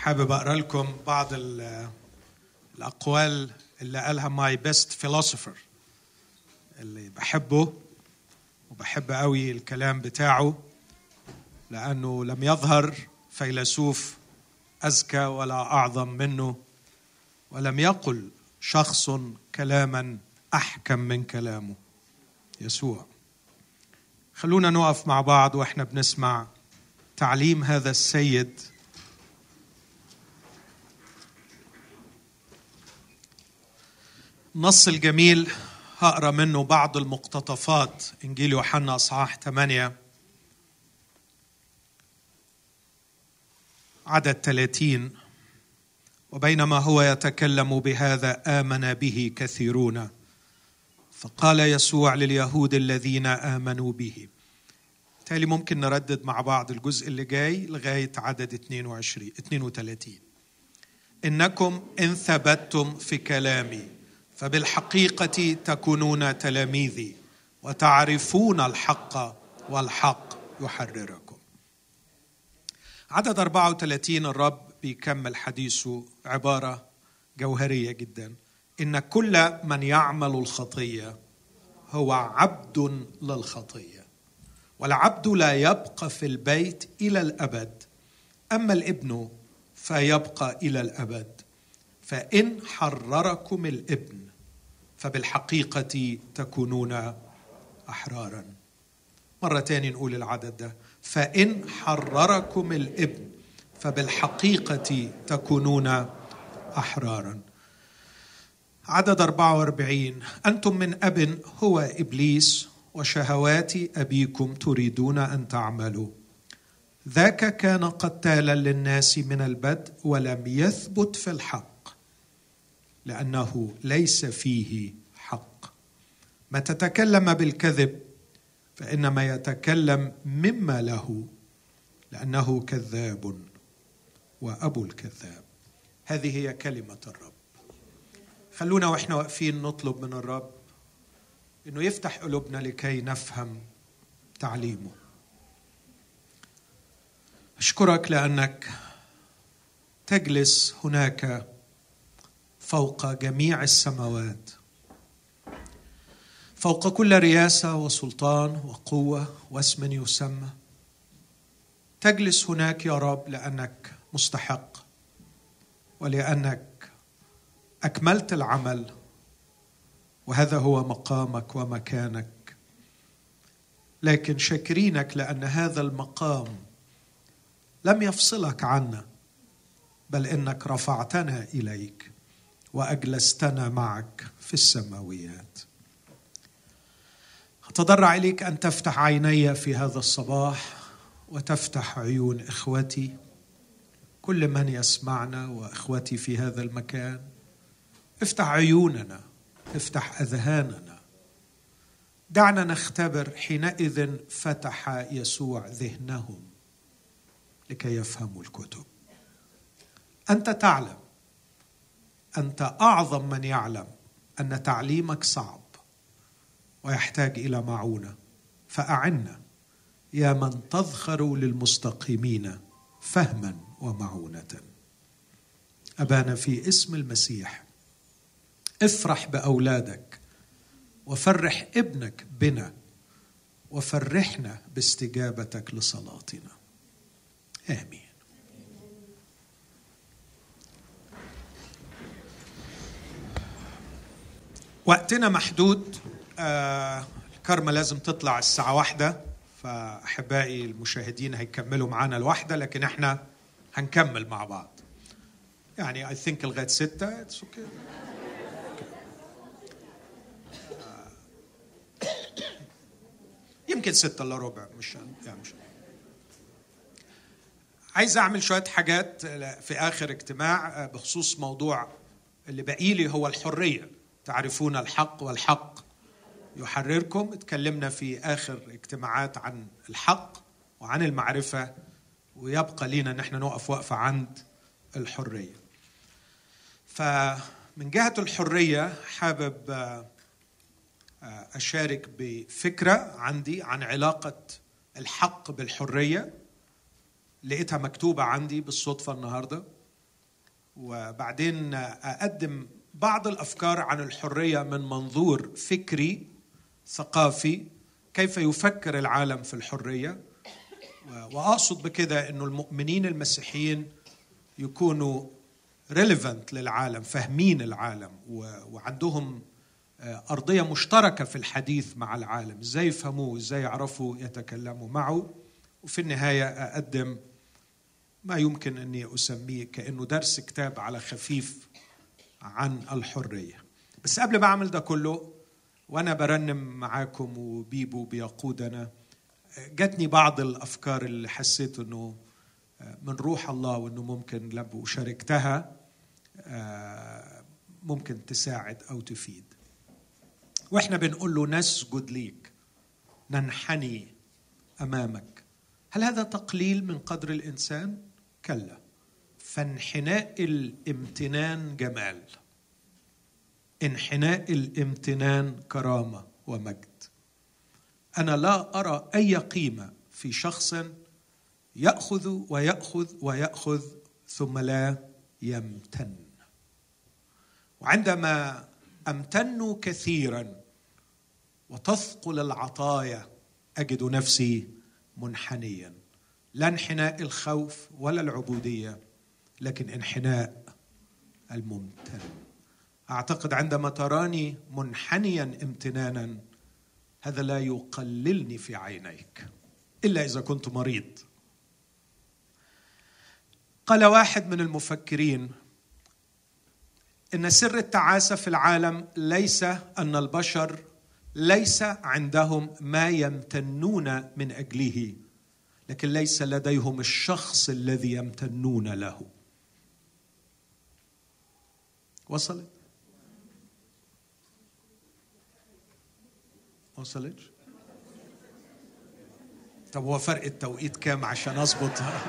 حابب أقرأ لكم بعض الأقوال اللي قالها ماي بيست فيلوسوفر اللي بحبه وبحب قوي الكلام بتاعه، لأنه لم يظهر فيلسوف أذكى ولا أعظم منه، ولم يقل شخص كلاما أحكم من كلامه، يسوع. خلونا نقف مع بعض وإحنا بنسمع تعليم هذا السيد. النص الجميل هقرأ منه بعض المقتطفات. إنجيل يوحنا أصحاح 8 عدد 30: وبينما هو يتكلم بهذا آمن به كثيرون، فقال يسوع لليهود الذين آمنوا به. تالي ممكن نردد مع بعض الجزء اللي جاي لغاية عدد 32: إنكم إن ثبتتم في كلامي فبالحقيقة تكونون تلاميذي وتعرفون الحق والحق يحرركم. عدد 34 الرب بيكمل حديثه عبارة جوهرية جدا: إن كل من يعمل الخطية هو عبد للخطية، والعبد لا يبقى في البيت إلى الأبد، أما الابن فيبقى إلى الأبد. فإن حرركم الابن فبالحقيقة تكونون أحرارا. مرة تاني نقول العدد ده: فإن حرركم الابن فبالحقيقة تكونون أحرارا. عدد 44: أنتم من أب هو إبليس وشهوات أبيكم تريدون أن تعملوا. ذاك كان قتالا للناس من البدء ولم يثبت في الحق لأنه ليس فيه حق. ما تتكلم بالكذب فإنما يتكلم مما له، لأنه كذاب وأبو الكذاب. هذه هي كلمة الرب. خلونا وإحنا واقفين نطلب من الرب إنه يفتح قلوبنا لكي نفهم تعليمه. أشكرك لأنك تجلس هناك فوق جميع السماوات، فوق كل رياسة وسلطان وقوة واسم يسمى. تجلس هناك يا رب لأنك مستحق، ولأنك أكملت العمل، وهذا هو مقامك ومكانك. لكن شاكرينك لأن هذا المقام لم يفصلك عنا، بل إنك رفعتنا إليك وأجلستنا معك في السماويات. أتضرع إليك أن تفتح عيني في هذا الصباح وتفتح عيون إخوتي، كل من يسمعنا وإخوتي في هذا المكان. افتح عيوننا، افتح أذهاننا. دعنا نختبر حينئذ فتح يسوع ذهنهم لكي يفهموا الكتب. أنت تعلم، أنت أعظم من يعلم أن تعليمك صعب ويحتاج إلى معونة، فأعنا يا من تذخر للمستقيمين فهما ومعونة. أبانا في اسم المسيح، افرح بأولادك وفرح ابنك بنا وفرحنا باستجابتك لصلاتنا. آمين. وقتنا محدود. الكرمة لازم تطلع الساعة 1، فأحبائي المشاهدين هيكملوا معانا 1، لكن احنا هنكمل مع بعض. يعني I think لغاية 6. It's okay. يمكن 6:15. مش عايز أعمل شوية حاجات في آخر اجتماع بخصوص موضوع اللي بقي لي، هو الحرية. تعرفون الحق والحق يحرركم. اتكلمنا في آخر اجتماعات عن الحق وعن المعرفة، ويبقى لنا نحن نقف وقفة عند الحرية. فمن جهة الحرية حابب أشارك بفكرة عندي عن علاقة الحق بالحرية. لقيتها مكتوبة عندي بالصدفة النهاردة. وبعدين أقدم بعض الأفكار عن الحرية من منظور فكري ثقافي، كيف يفكر العالم في الحرية. وأقصد بكده أنه المؤمنين المسيحيين يكونوا relevant للعالم، فاهمين العالم وعندهم أرضية مشتركة في الحديث مع العالم، إزاي يفهموه، إزاي يعرفوا يتكلموا معه. وفي النهاية أقدم ما يمكن أني أسميه كأنه درس كتاب على خفيف عن الحرية. بس قبل ما أعمل ده كله وأنا برنم معاكم وبيبو بيقودنا، جاتني بعض الأفكار اللي حسيت أنه من روح الله، وأنه ممكن لو شاركتها ممكن تساعد أو تفيد. وإحنا بنقول له نسجد ليك، ننحني أمامك، هل هذا تقليل من قدر الإنسان؟ كلا، فانحناء الامتنان جمال، انحناء الامتنان كرامة ومجد. أنا لا أرى أي قيمة في شخص يأخذ ويأخذ ويأخذ ثم لا يمتن. وعندما أمتن كثيرا وتثقل العطايا أجد نفسي منحنيا، لا انحناء الخوف ولا العبودية، لكن انحناء الممتن. أعتقد عندما تراني منحنيا امتنانا هذا لا يقللني في عينيك إلا إذا كنت مريض. قال واحد من المفكرين إن سر التعاسة في العالم ليس أن البشر ليس عندهم ما يمتنون من أجله، لكن ليس لديهم الشخص الذي يمتنون له. وصلت؟ طب هو فرق التوقيت كام عشان أضبطها؟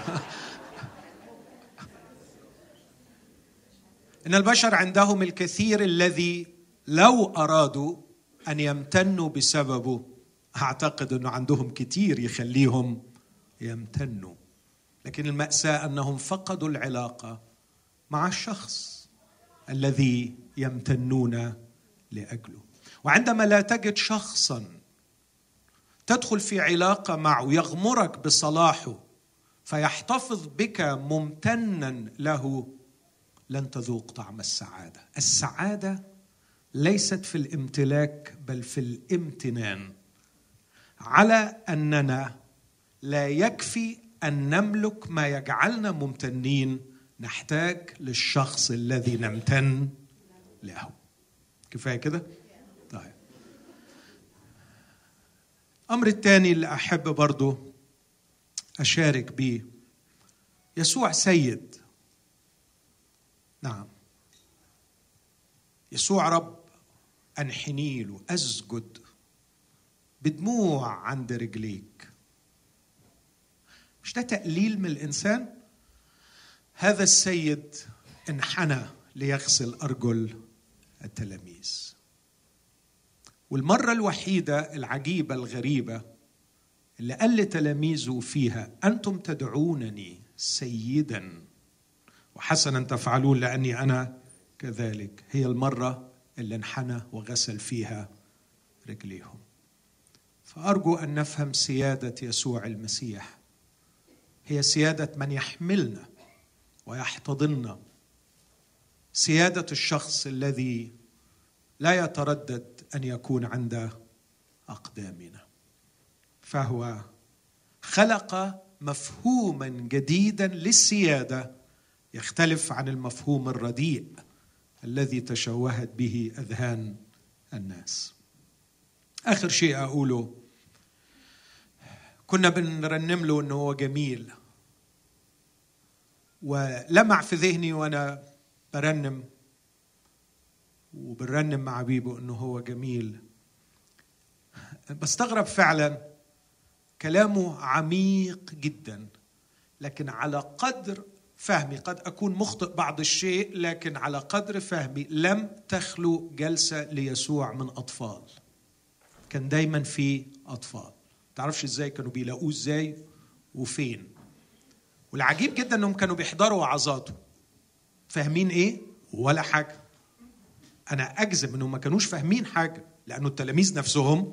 إن البشر عندهم الكثير الذي لو أرادوا أن يمتنوا بسببه أعتقد أنه عندهم كتير يخليهم يمتنوا، لكن المأساة أنهم فقدوا العلاقة مع الشخص الذي يمتنون لأجله. وعندما لا تجد شخصا تدخل في علاقة معه يغمرك بصلاحه فيحتفظ بك ممتنا له، لن تذوق طعم السعادة. السعادة ليست في الامتلاك بل في الامتنان، على أننا لا يكفي أن نملك ما يجعلنا ممتنين، نحتاج للشخص الذي نمتن له. كفاية كده؟ طيب. الأمر الثاني اللي أحب برضو أشارك به، يسوع سيد. نعم، يسوع رب، أنحني له، أسجد بدموع عند رجليك. مش ده تقليل من الإنسان؟ هذا السيد انحنى ليغسل أرجل التلاميذ. والمرة الوحيدة العجيبة الغريبة اللي قال لتلاميذه فيها أنتم تدعونني سيدا وحسنا تفعلون لأني أنا كذلك، هي المرة اللي انحنى وغسل فيها رجليهم. فأرجو أن نفهم سيادة يسوع المسيح هي سيادة من يحملنا ويحتضننا، سيادة الشخص الذي لا يتردد أن يكون عند أقدامنا. فهو خلق مفهوما جديدا للسيادة يختلف عن المفهوم الرديء الذي تشوهت به أذهان الناس. آخر شيء أقوله، كنا بنرنم له أنه هو جميل، ولمع في ذهني وأنا برنم وبرنم مع بيبو أنه هو جميل. بستغرب فعلا، كلامه عميق جدا، لكن على قدر فهمي قد أكون مخطئ بعض الشيء، لكن على قدر فهمي لم تخلو جلسة ليسوع من أطفال. كان دايما في أطفال، تعرفش إزاي كانوا بيلاقوه إزاي وفين. والعجيب جدا أنهم كانوا بيحضروا وعظاته. فاهمين ايه؟ ولا حاجه. انا اجزم انهم ما كانوش فاهمين حاجه، لانه التلاميذ نفسهم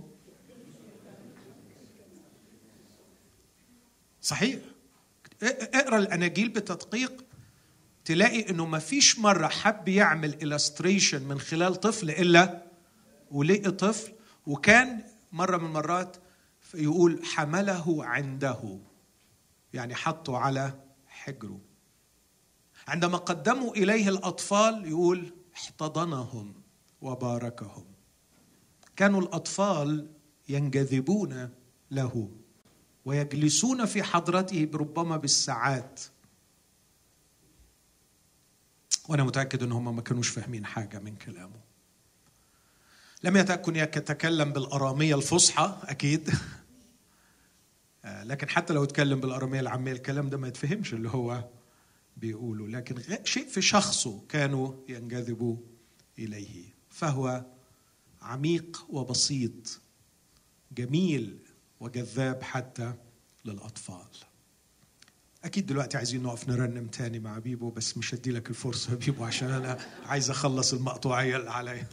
صحيح. اقرا الاناجيل بتدقيق تلاقي انه ما فيش مره حب يعمل إلاستريشن من خلال طفل الا ولقي طفل، وكان مره من المرات يقول حمله عنده، يعني حطه على حجره. عندما قدموا إليه الأطفال يقول احتضنهم وباركهم. كانوا الأطفال ينجذبون له ويجلسون في حضرته ربما بالساعات، وأنا متأكد أنهم ما كانوش فاهمين حاجة من كلامه. لم يكن يتكلم بالأرامية الفصحى أكيد لكن حتى لو اتكلم بالأرامية العامية الكلام ده ما يتفهمش اللي هو بيقولوا، لكن شيء في شخصه كانوا ينجذبوا إليه. فهو عميق وبسيط، جميل وجذاب حتى للأطفال. أكيد دلوقتي عايزين نقف نرنم تاني مع بيبو، بس مش هدي لك الفرصة يا بيبو عشان أنا عايز أخلص المقطوعية اللي عليا.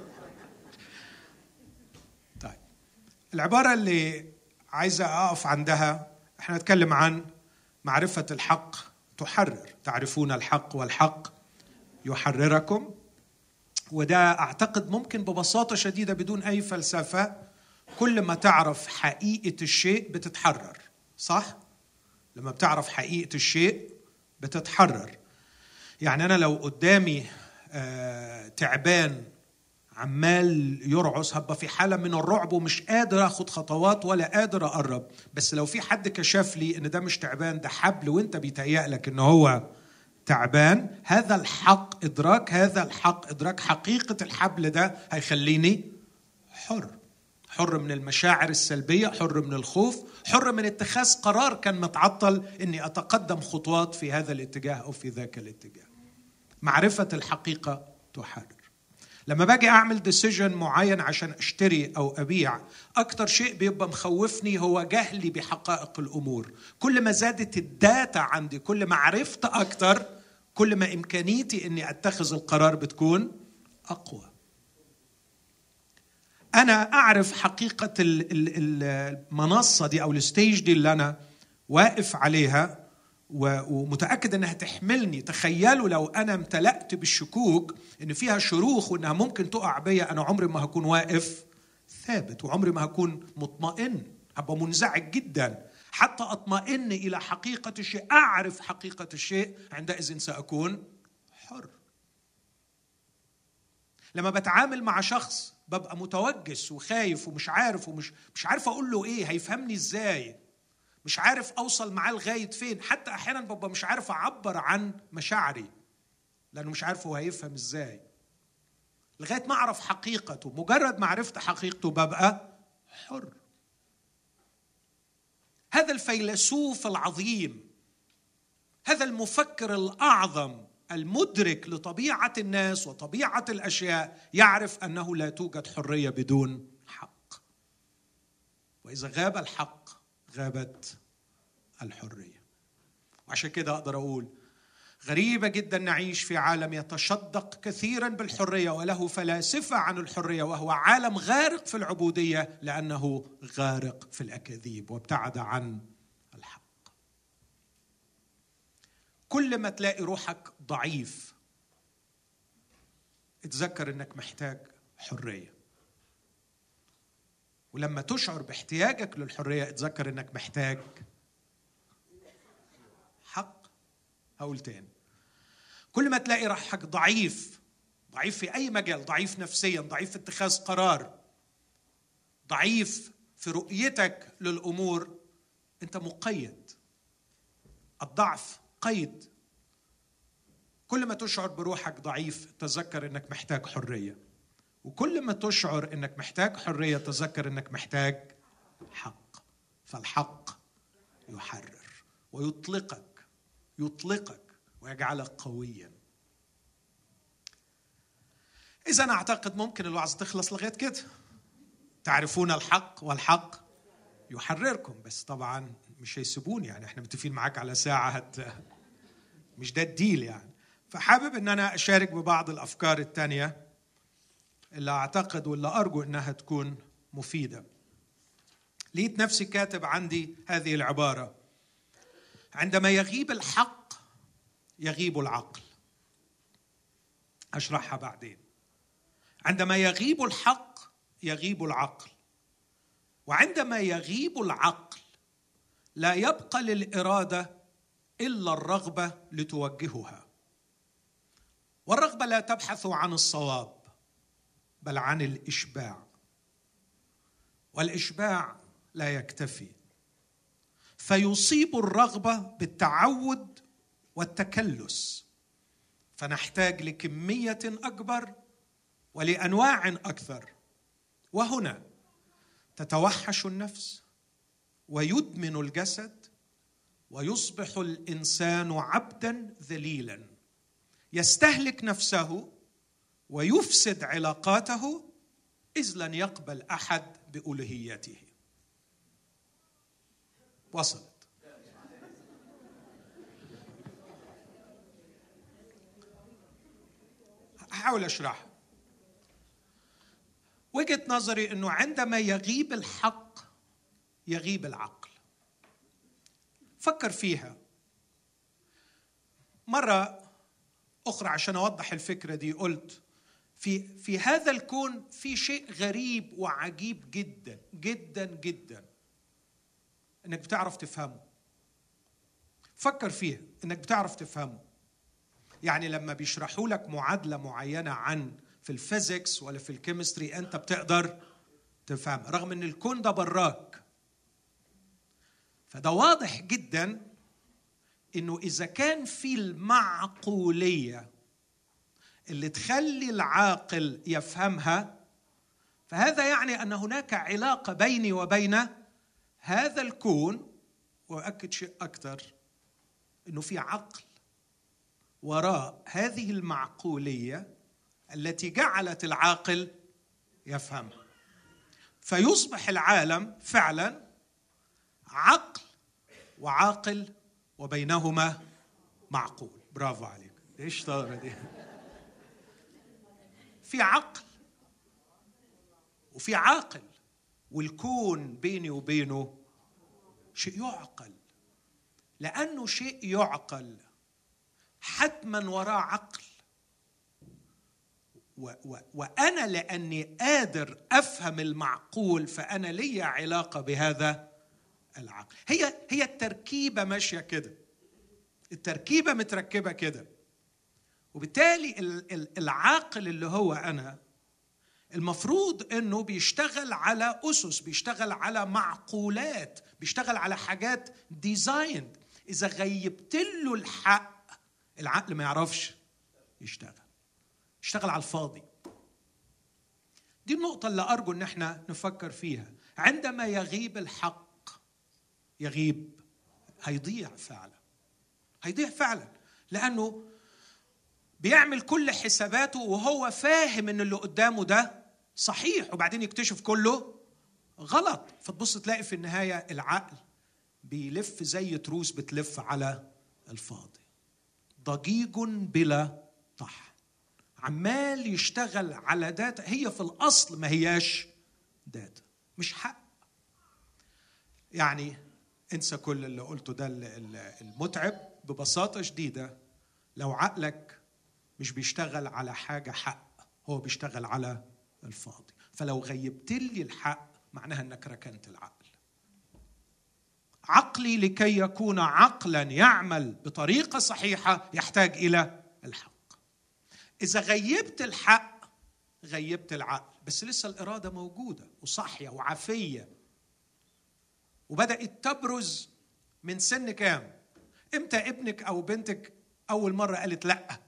طيب، العبارة اللي عايز أقف عندها، احنا نتكلم عن معرفة الحق تحرر. تعرفون الحق والحق يحرركم. وده أعتقد ممكن ببساطة شديدة بدون أي فلسفة، كل ما تعرف حقيقة الشيء بتتحرر. صح؟ لما بتعرف حقيقة الشيء بتتحرر. يعني أنا لو قدامي تعبان عمال يرعص، هبقى في حالة من الرعب ومش قادر أخد خطوات ولا قادر أقرب. بس لو في حد كشف لي إن ده مش تعبان، ده حبل، وإنت بيتهيأ لك إنه هو تعبان، هذا الحق إدراك، هذا الحق إدراك حقيقة الحبل ده هيخليني حر. حر من المشاعر السلبية، حر من الخوف، حر من اتخاذ قرار كان متعطل إني أتقدم خطوات في هذا الاتجاه أو في ذاك الاتجاه. معرفة الحقيقة تحرر. لما باجي أعمل ديسيجن معين عشان أشتري أو أبيع، أكتر شيء بيبقى مخوفني هو جهلي بحقائق الأمور. كل ما زادت الداتا عندي، كل ما عرفت أكتر، كل ما إمكانيتي أني أتخذ القرار بتكون أقوى. أنا أعرف حقيقة المنصة دي أو الستيج دي اللي أنا واقف عليها، ومتأكد أنها تحملني. تخيلوا لو أنا امتلأت بالشكوك أن فيها شروخ وأنها ممكن تقع بيا، أنا عمري ما هكون واقف ثابت، وعمري ما هكون مطمئن، هبقى منزعج جدا حتى أطمئن إلى حقيقة الشيء. أعرف حقيقة الشيء، عندئذ سأكون حر. لما بتعامل مع شخص ببقى متوجس وخايف ومش عارف مش عارف أقول له إيه، هيفهمني إزاي، مش عارف أوصل معاه لغاية فين. حتى أحيانا ببقى مش عارف أعبر عن مشاعري لأنه مش عارف هو هيفهم إزاي، لغاية ما أعرف حقيقته. مجرد ما عرفت حقيقته ببقى حر. هذا الفيلسوف العظيم، هذا المفكر الأعظم المدرك لطبيعة الناس وطبيعة الأشياء، يعرف أنه لا توجد حرية بدون حق. وإذا غاب الحق غابت الحرية. وعشان كده أقدر أقول غريبة جدا نعيش في عالم يتشدق كثيرا بالحرية وله فلاسفة عن الحرية، وهو عالم غارق في العبودية لأنه غارق في الأكاذيب وابتعد عن الحق. كل ما تلاقي روحك ضعيف اتذكر أنك محتاج حرية، ولما تشعر باحتياجك للحرية اتذكر أنك محتاج حق. هقول تاني، كل ما تلاقي روحك ضعيف في أي مجال، ضعيف نفسيا، ضعيف في اتخاذ قرار، ضعيف في رؤيتك للأمور، أنت مقيد. الضعف قيد. كل ما تشعر بروحك ضعيف تذكر أنك محتاج حرية، وكل ما تشعر أنك محتاج حرية تذكر أنك محتاج حق. فالحق يحرر ويطلقك ويجعلك قويا. إذا أعتقد ممكن الوعظ تخلص لغاية كده. تعرفون الحق والحق يحرركم. بس طبعا مش هيسيبوني، يعني احنا متفقين معاك على ساعة مش ده الديل يعني. فحابب ان انا اشارك ببعض الافكار التانية اللي اعتقد واللي ارجو انها تكون مفيدة. لقيت نفسي كاتب عندي هذه العبارة: عندما يغيب الحق يغيب العقل. أشرحها بعدين. عندما يغيب الحق يغيب العقل، وعندما يغيب العقل لا يبقى للإرادة إلا الرغبة لتوجهها، والرغبة لا تبحث عن الصواب بل عن الإشباع، والإشباع لا يكتفي، فيصيب الرغبة بالتعود والتكلس، فنحتاج لكمية أكبر ولأنواع أكثر، وهنا تتوحش النفس ويدمن الجسد ويصبح الإنسان عبدا ذليلا يستهلك نفسه ويفسد علاقاته إذ لن يقبل أحد بألوهيته. وصلت؟ أحاول أشرح. وجهة نظري أنه عندما يغيب الحق يغيب العقل. فكر فيها مرة أخرى عشان أوضح الفكرة دي. قلت في هذا الكون في شيء غريب وعجيب جدا جدا جدا إنك بتعرف تفهمه. فكر فيها إنك بتعرف تفهمه. يعني لما بيشرحوا لك معادلة معينة عن في الفيزيكس ولا في الكيمستري أنت بتقدر تفهم رغم أن الكون ده براك. فده واضح جدا أنه إذا كان في المعقولية اللي تخلي العاقل يفهمها، فهذا يعني أن هناك علاقة بيني وبين هذا الكون. وأكد شيء أكثر، أنه في عقل وراء هذه المعقولية التي جعلت العاقل يفهمها، فيصبح العالم فعلا عقل وعاقل وبينهما معقول. برافو عليك. ايش طارة دي؟ في عقل وفي عاقل، والكون بيني وبينه شيء يعقل. لأنه شيء يعقل حتما وراء عقل، وأنا لأني قادر أفهم المعقول فأنا لي علاقة بهذا العقل. هي التركيبة ماشية كده، التركيبة متركبة كده. وبالتالي العاقل اللي هو أنا المفروض أنه بيشتغل على أسس، بيشتغل على معقولات، بيشتغل على حاجات ديزايند. إذا غيبت له الحق العقل ما يعرفش يشتغل على الفاضي. دي النقطة اللي أرجو أن احنا نفكر فيها. عندما يغيب الحق هيضيع فعلا، لأنه بيعمل كل حساباته وهو فاهم أن اللي قدامه ده صحيح، وبعدين يكتشف كله غلط. فتبص تلاقي في النهاية العقل بيلف زي تروس بتلف على الفاضي، ضجيج بلا طحن، عمال يشتغل على داتا هي في الأصل ما هياش داتا، مش حق. يعني انسى كل اللي قلته ده المتعب. ببساطة شديدة لو عقلك مش بيشتغل على حاجة حق، هو بيشتغل على الفاضي. فلو غيبت لي الحق معناها انك ركنت العقل. عقلي لكي يكون عقلا يعمل بطريقة صحيحة يحتاج إلى الحق. إذا غيبت الحق غيبت العقل، بس لسه الإرادة موجودة وصحية وعافية، وبدأت تبرز من سن كام؟ إمتى ابنك أو بنتك أول مرة قالت لأ؟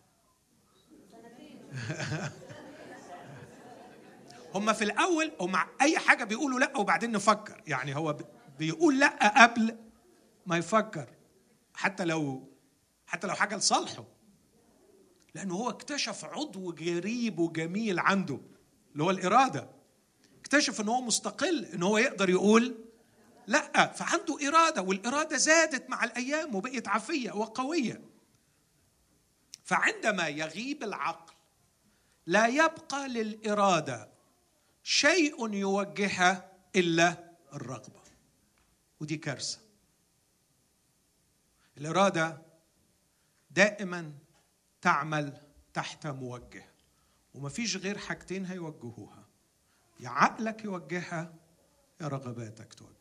هم في الأول ومع أي حاجة بيقولوا لأ وبعدين نفكر. يعني هو بيقول لأ قبل ما يفكر، حتى لو حاجة لصالحه، لأنه هو اكتشف عضو غريب وجميل عنده اللي هو الإرادة. اكتشف أنه هو مستقل، أنه هو يقدر يقول لأ، فعنده إرادة، والإرادة زادت مع الأيام وبقيت عافية وقوية. فعندما يغيب العقل لا يبقى للإرادة شيء يوجهها إلا الرغبة، ودي كارثة. الإرادة دائما تعمل تحت موجه، ومفيش غير حاجتين هيوجهوها، يا عقلك يوجهها يا رغباتك توجهها.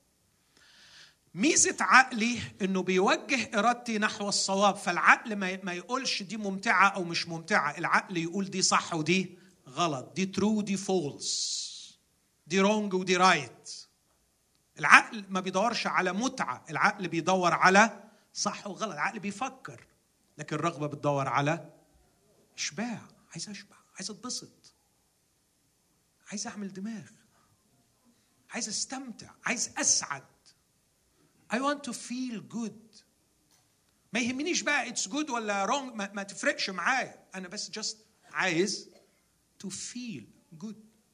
ميزة عقلي انه بيوجه ارادتي نحو الصواب، فالعقل ما يقولش دي ممتعة او مش ممتعة، العقل يقول دي صح ودي غلط، دي ترو ودي فولس، دي رونج ودي رايت. العقل ما بيدورش على متعة، العقل بيدور على صح وغلط. العقل بيفكر، لكن الرغبة بتدور على إشباع. عايز أشبع، عايز أتبسط، عايز أعمل دماغ، عايز أستمتع، عايز أسعد. I want to feel good. ما يهمنيش بقى it's good ولا wrong، ما تفرقش معايا، أنا بس just عايز to feel good.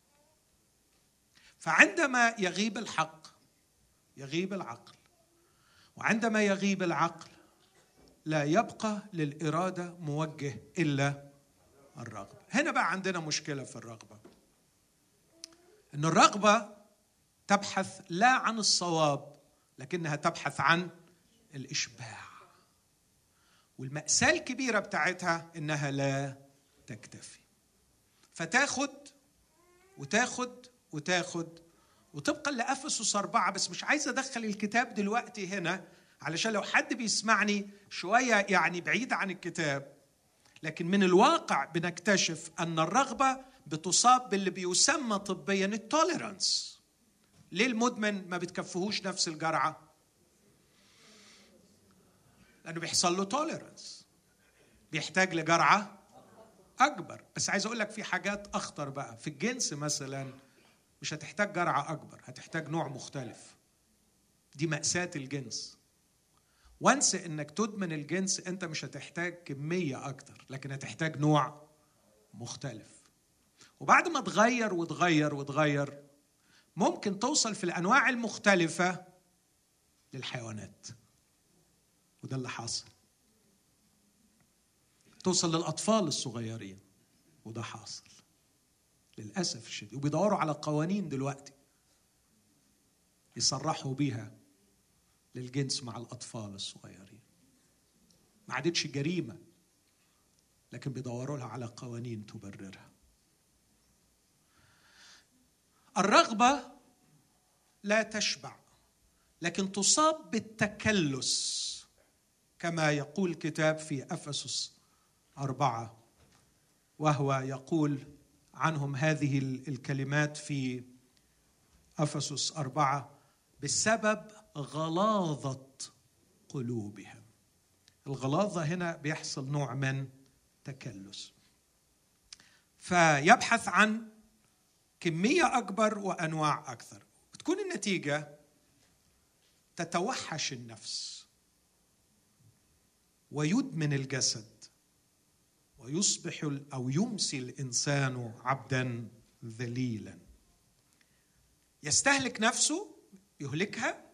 فعندما يغيب الحق يغيب العقل، وعندما يغيب العقل لا يبقى للإرادة موجه إلا الرغبة. هنا بقى عندنا مشكلة في الرغبة، إن الرغبة تبحث لا عن الصواب لكنها تبحث عن الإشباع، والمأساة الكبيرة بتاعتها إنها لا تكتفي، فتاخد وتاخد وتاخد. وطبقا لأفسس 4، بس مش عايز أدخل الكتاب دلوقتي هنا علشان لو حد بيسمعني شوية يعني بعيد عن الكتاب، لكن من الواقع بنكتشف أن الرغبة بتصاب باللي بيسمى طبيا التوليرانس. ليه المدمن ما بتكفهوش نفس الجرعة؟ لأنه بيحصل له توليرانس، بيحتاج لجرعة أكبر. بس عايز أقول لك في حاجات أخطر بقى. في الجنس مثلا مش هتحتاج جرعة أكبر، هتحتاج نوع مختلف. دي مأساة الجنس. وانس إنك تدمن الجنس، أنت مش هتحتاج كمية أكتر، لكن هتحتاج نوع مختلف. وبعد ما تغير وتغير وتغير، ممكن توصل في الأنواع المختلفة للحيوانات، وده اللي حاصل. توصل للأطفال الصغيرين، وده حاصل للأسف الشديد. وبيدوروا على قوانين دلوقتي يصرحوا بيها للجنس مع الأطفال الصغيرين. ما عادتش جريمة، لكن بيدوروا لها على قوانين تبررها. الرغبة لا تشبع، لكن تصاب بالتكلس، كما يقول الكتاب في أفسس 4، وهو يقول عنهم هذه الكلمات في أفسس 4: بسبب غلاظة قلوبهم. الغلاظة هنا بيحصل نوع من تكلس، فيبحث عن كمية أكبر وأنواع أكثر. بتكون النتيجة تتوحش النفس ويدمن الجسد، ويصبح أو يمسي الإنسان عبدا ذليلا، يستهلك نفسه، يهلكها،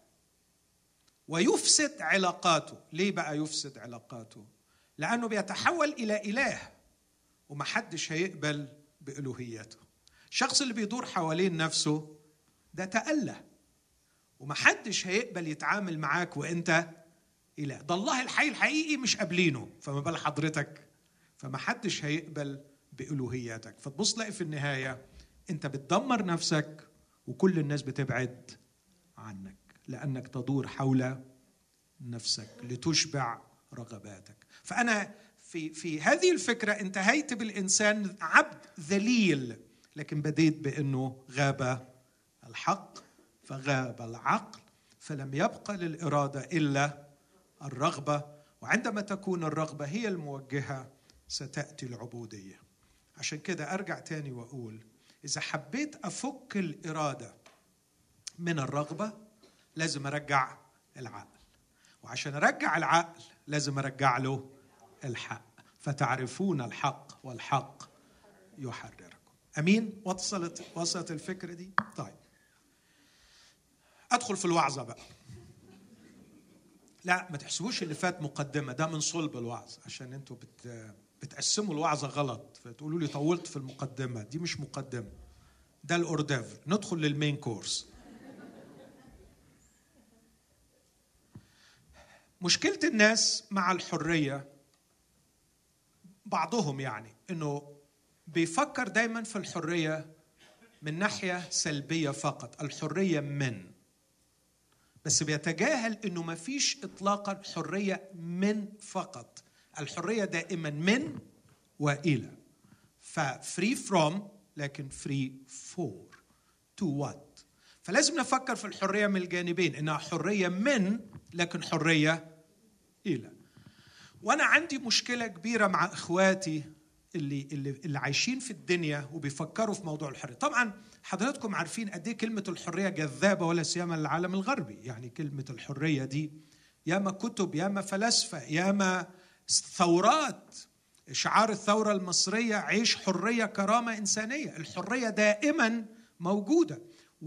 ويفسد علاقاته. ليه بقى يفسد علاقاته؟ لأنه بيتحول إلى إله، ومحدش هيقبل بإلوهيته. الشخص اللي بيدور حوالين نفسه ده تأله، ومحدش هيقبل يتعامل معاك وإنت إله. ده الله الحي الحقيقي مش قابلينه، فما بال حضرتك؟ فمحدش هيقبل بإلوهياتك. فتبص تلاقي في النهاية أنت بتدمر نفسك، وكل الناس بتبعد عنك، لأنك تدور حول نفسك لتشبع رغباتك. فأنا في هذه الفكرة انتهيت بالإنسان عبد ذليل، لكن بديت بأنه غاب الحق فغاب العقل، فلم يبقى للإرادة إلا الرغبة. وعندما تكون الرغبة هي الموجهة ستأتي العبودية. عشان كده أرجع تاني وأقول، إذا حبيت أفك الإرادة من الرغبة لازم أرجع العقل، وعشان أرجع العقل لازم أرجع له الحق. فتعرفون الحق والحق يحرركم. أمين؟ وصلت الفكرة دي؟ طيب أدخل في الوعظة بقى. لا ما تحسبوش اللي فات مقدمة، ده من صلب الوعظ، عشان انتوا بتقسموا الوعظة غلط، فتقولوا لي طولت في المقدمة. دي مش مقدمة، ده الأوردافر. ندخل للمين كورس. مشكلة الناس مع الحرية بعضهم يعني انه بيفكر دايما في الحرية من ناحية سلبية فقط، الحرية من، بس بيتجاهل انه ما فيش اطلاقا حرية من فقط، الحرية دائما من والى. ففري فروم لكن فري فور تو وات. فلازم نفكر في الحرية من الجانبين، انها حرية من لكن حرية الى. وانا عندي مشكلة كبيرة مع اخواتي اللي عايشين في الدنيا وبيفكروا في موضوع الحرية. طبعا حضراتكم عارفين قد ايه كلمة الحرية جذابة، ولا سيما للعالم الغربي. يعني كلمة الحرية دي ياما كتب، ياما فلاسفة، ياما ثورات. شعار الثورة المصرية عيش حرية كرامة إنسانية. الحرية دائما موجودة،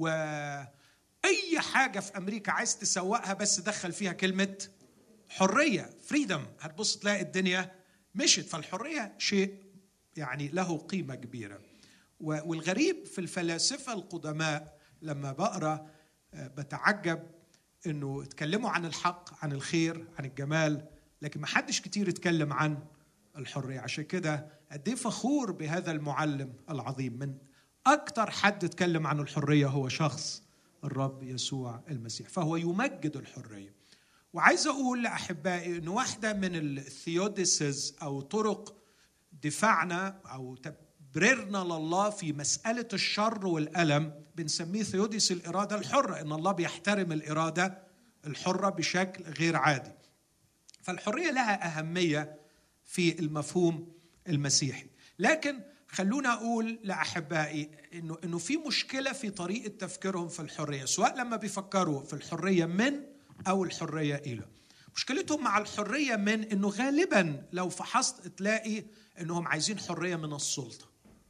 وأي حاجة في أمريكا عايز تسوقها بس دخل فيها كلمة حرية، فريدم، هتبص تلاقي الدنيا مشت. فالحرية شيء يعني له قيمة كبيرة. والغريب في الفلاسفة القدماء لما بقرأ بتعجب إنه اتكلموا عن الحق، عن الخير، عن الجمال، لكن ما حدش كتير اتكلم عن الحرية. عشان كده قد ايه فخور بهذا المعلم العظيم. من أكتر حد اتكلم عن الحرية هو شخص الرب يسوع المسيح، فهو يمجد الحرية. وعايز أقول لأحبائي إن واحدة من الثيوديسز أو طرق دفاعنا أو تبريرنا لله في مسألة الشر والألم بنسميه ثيوديس الإرادة الحرة، إن الله بيحترم الإرادة الحرة بشكل غير عادي. فالحرية لها أهمية في المفهوم المسيحي. لكن خلونا أقول لأحبائي إنه في مشكلة في طريقة تفكيرهم في الحرية، سواء لما بيفكروا في الحرية من أو الحرية إلى. مشكلتهم مع الحرية من إنه غالباً لو فحصت تلاقي إنهم عايزين حرية من السلطة،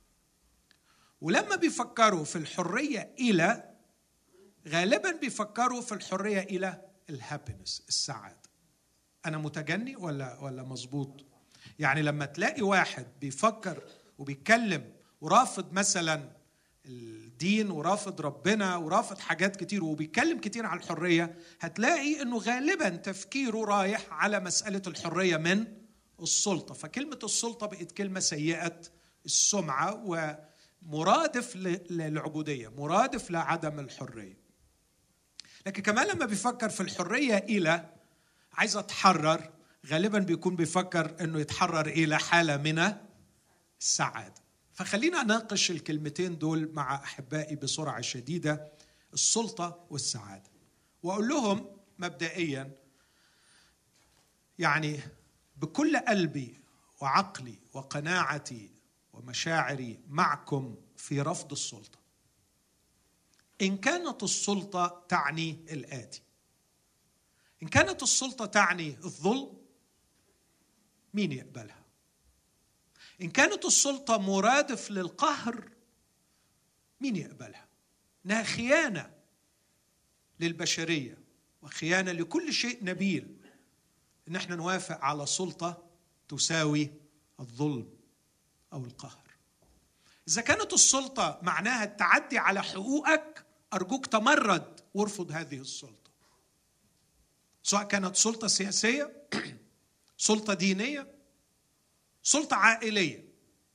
ولما بيفكروا في الحرية إلى غالباً بيفكروا في الحرية إلى الهابينس، السعادة. أنا متجني ولا مظبوط؟ يعني لما تلاقي واحد بيفكر وبيتكلم ورافض مثلا الدين ورافض ربنا ورافض حاجات كتير وبيتكلم كتير عن الحرية، هتلاقي انه غالبا تفكيره رايح على مسألة الحرية من السلطة. فكلمة السلطة بقت كلمة سيئة السمعة ومرادف للعبودية، مرادف لعدم الحرية. لكن كمان لما بيفكر في الحرية إلى عايز أتحرر، غالبا بيكون بيفكر أنه يتحرر إلى حالة من السعادة. فخلينا أناقش الكلمتين دول مع أحبائي بسرعة شديدة، السلطة والسعادة، وأقول لهم مبدئيا يعني بكل قلبي وعقلي وقناعتي ومشاعري معكم في رفض السلطة. إن كانت السلطة تعني الآتي: إن كانت السلطة تعني الظلم، مين يقبلها؟ إن كانت السلطة مرادف للقهر، مين يقبلها؟ إنها خيانة للبشرية وخيانة لكل شيء نبيل إن احنا نوافق على سلطة تساوي الظلم أو القهر. إذا كانت السلطة معناها التعدي على حقوقك، أرجوك تمرد وارفض هذه السلطة، سواء كانت سلطة سياسية، سلطة دينية، سلطة عائلية.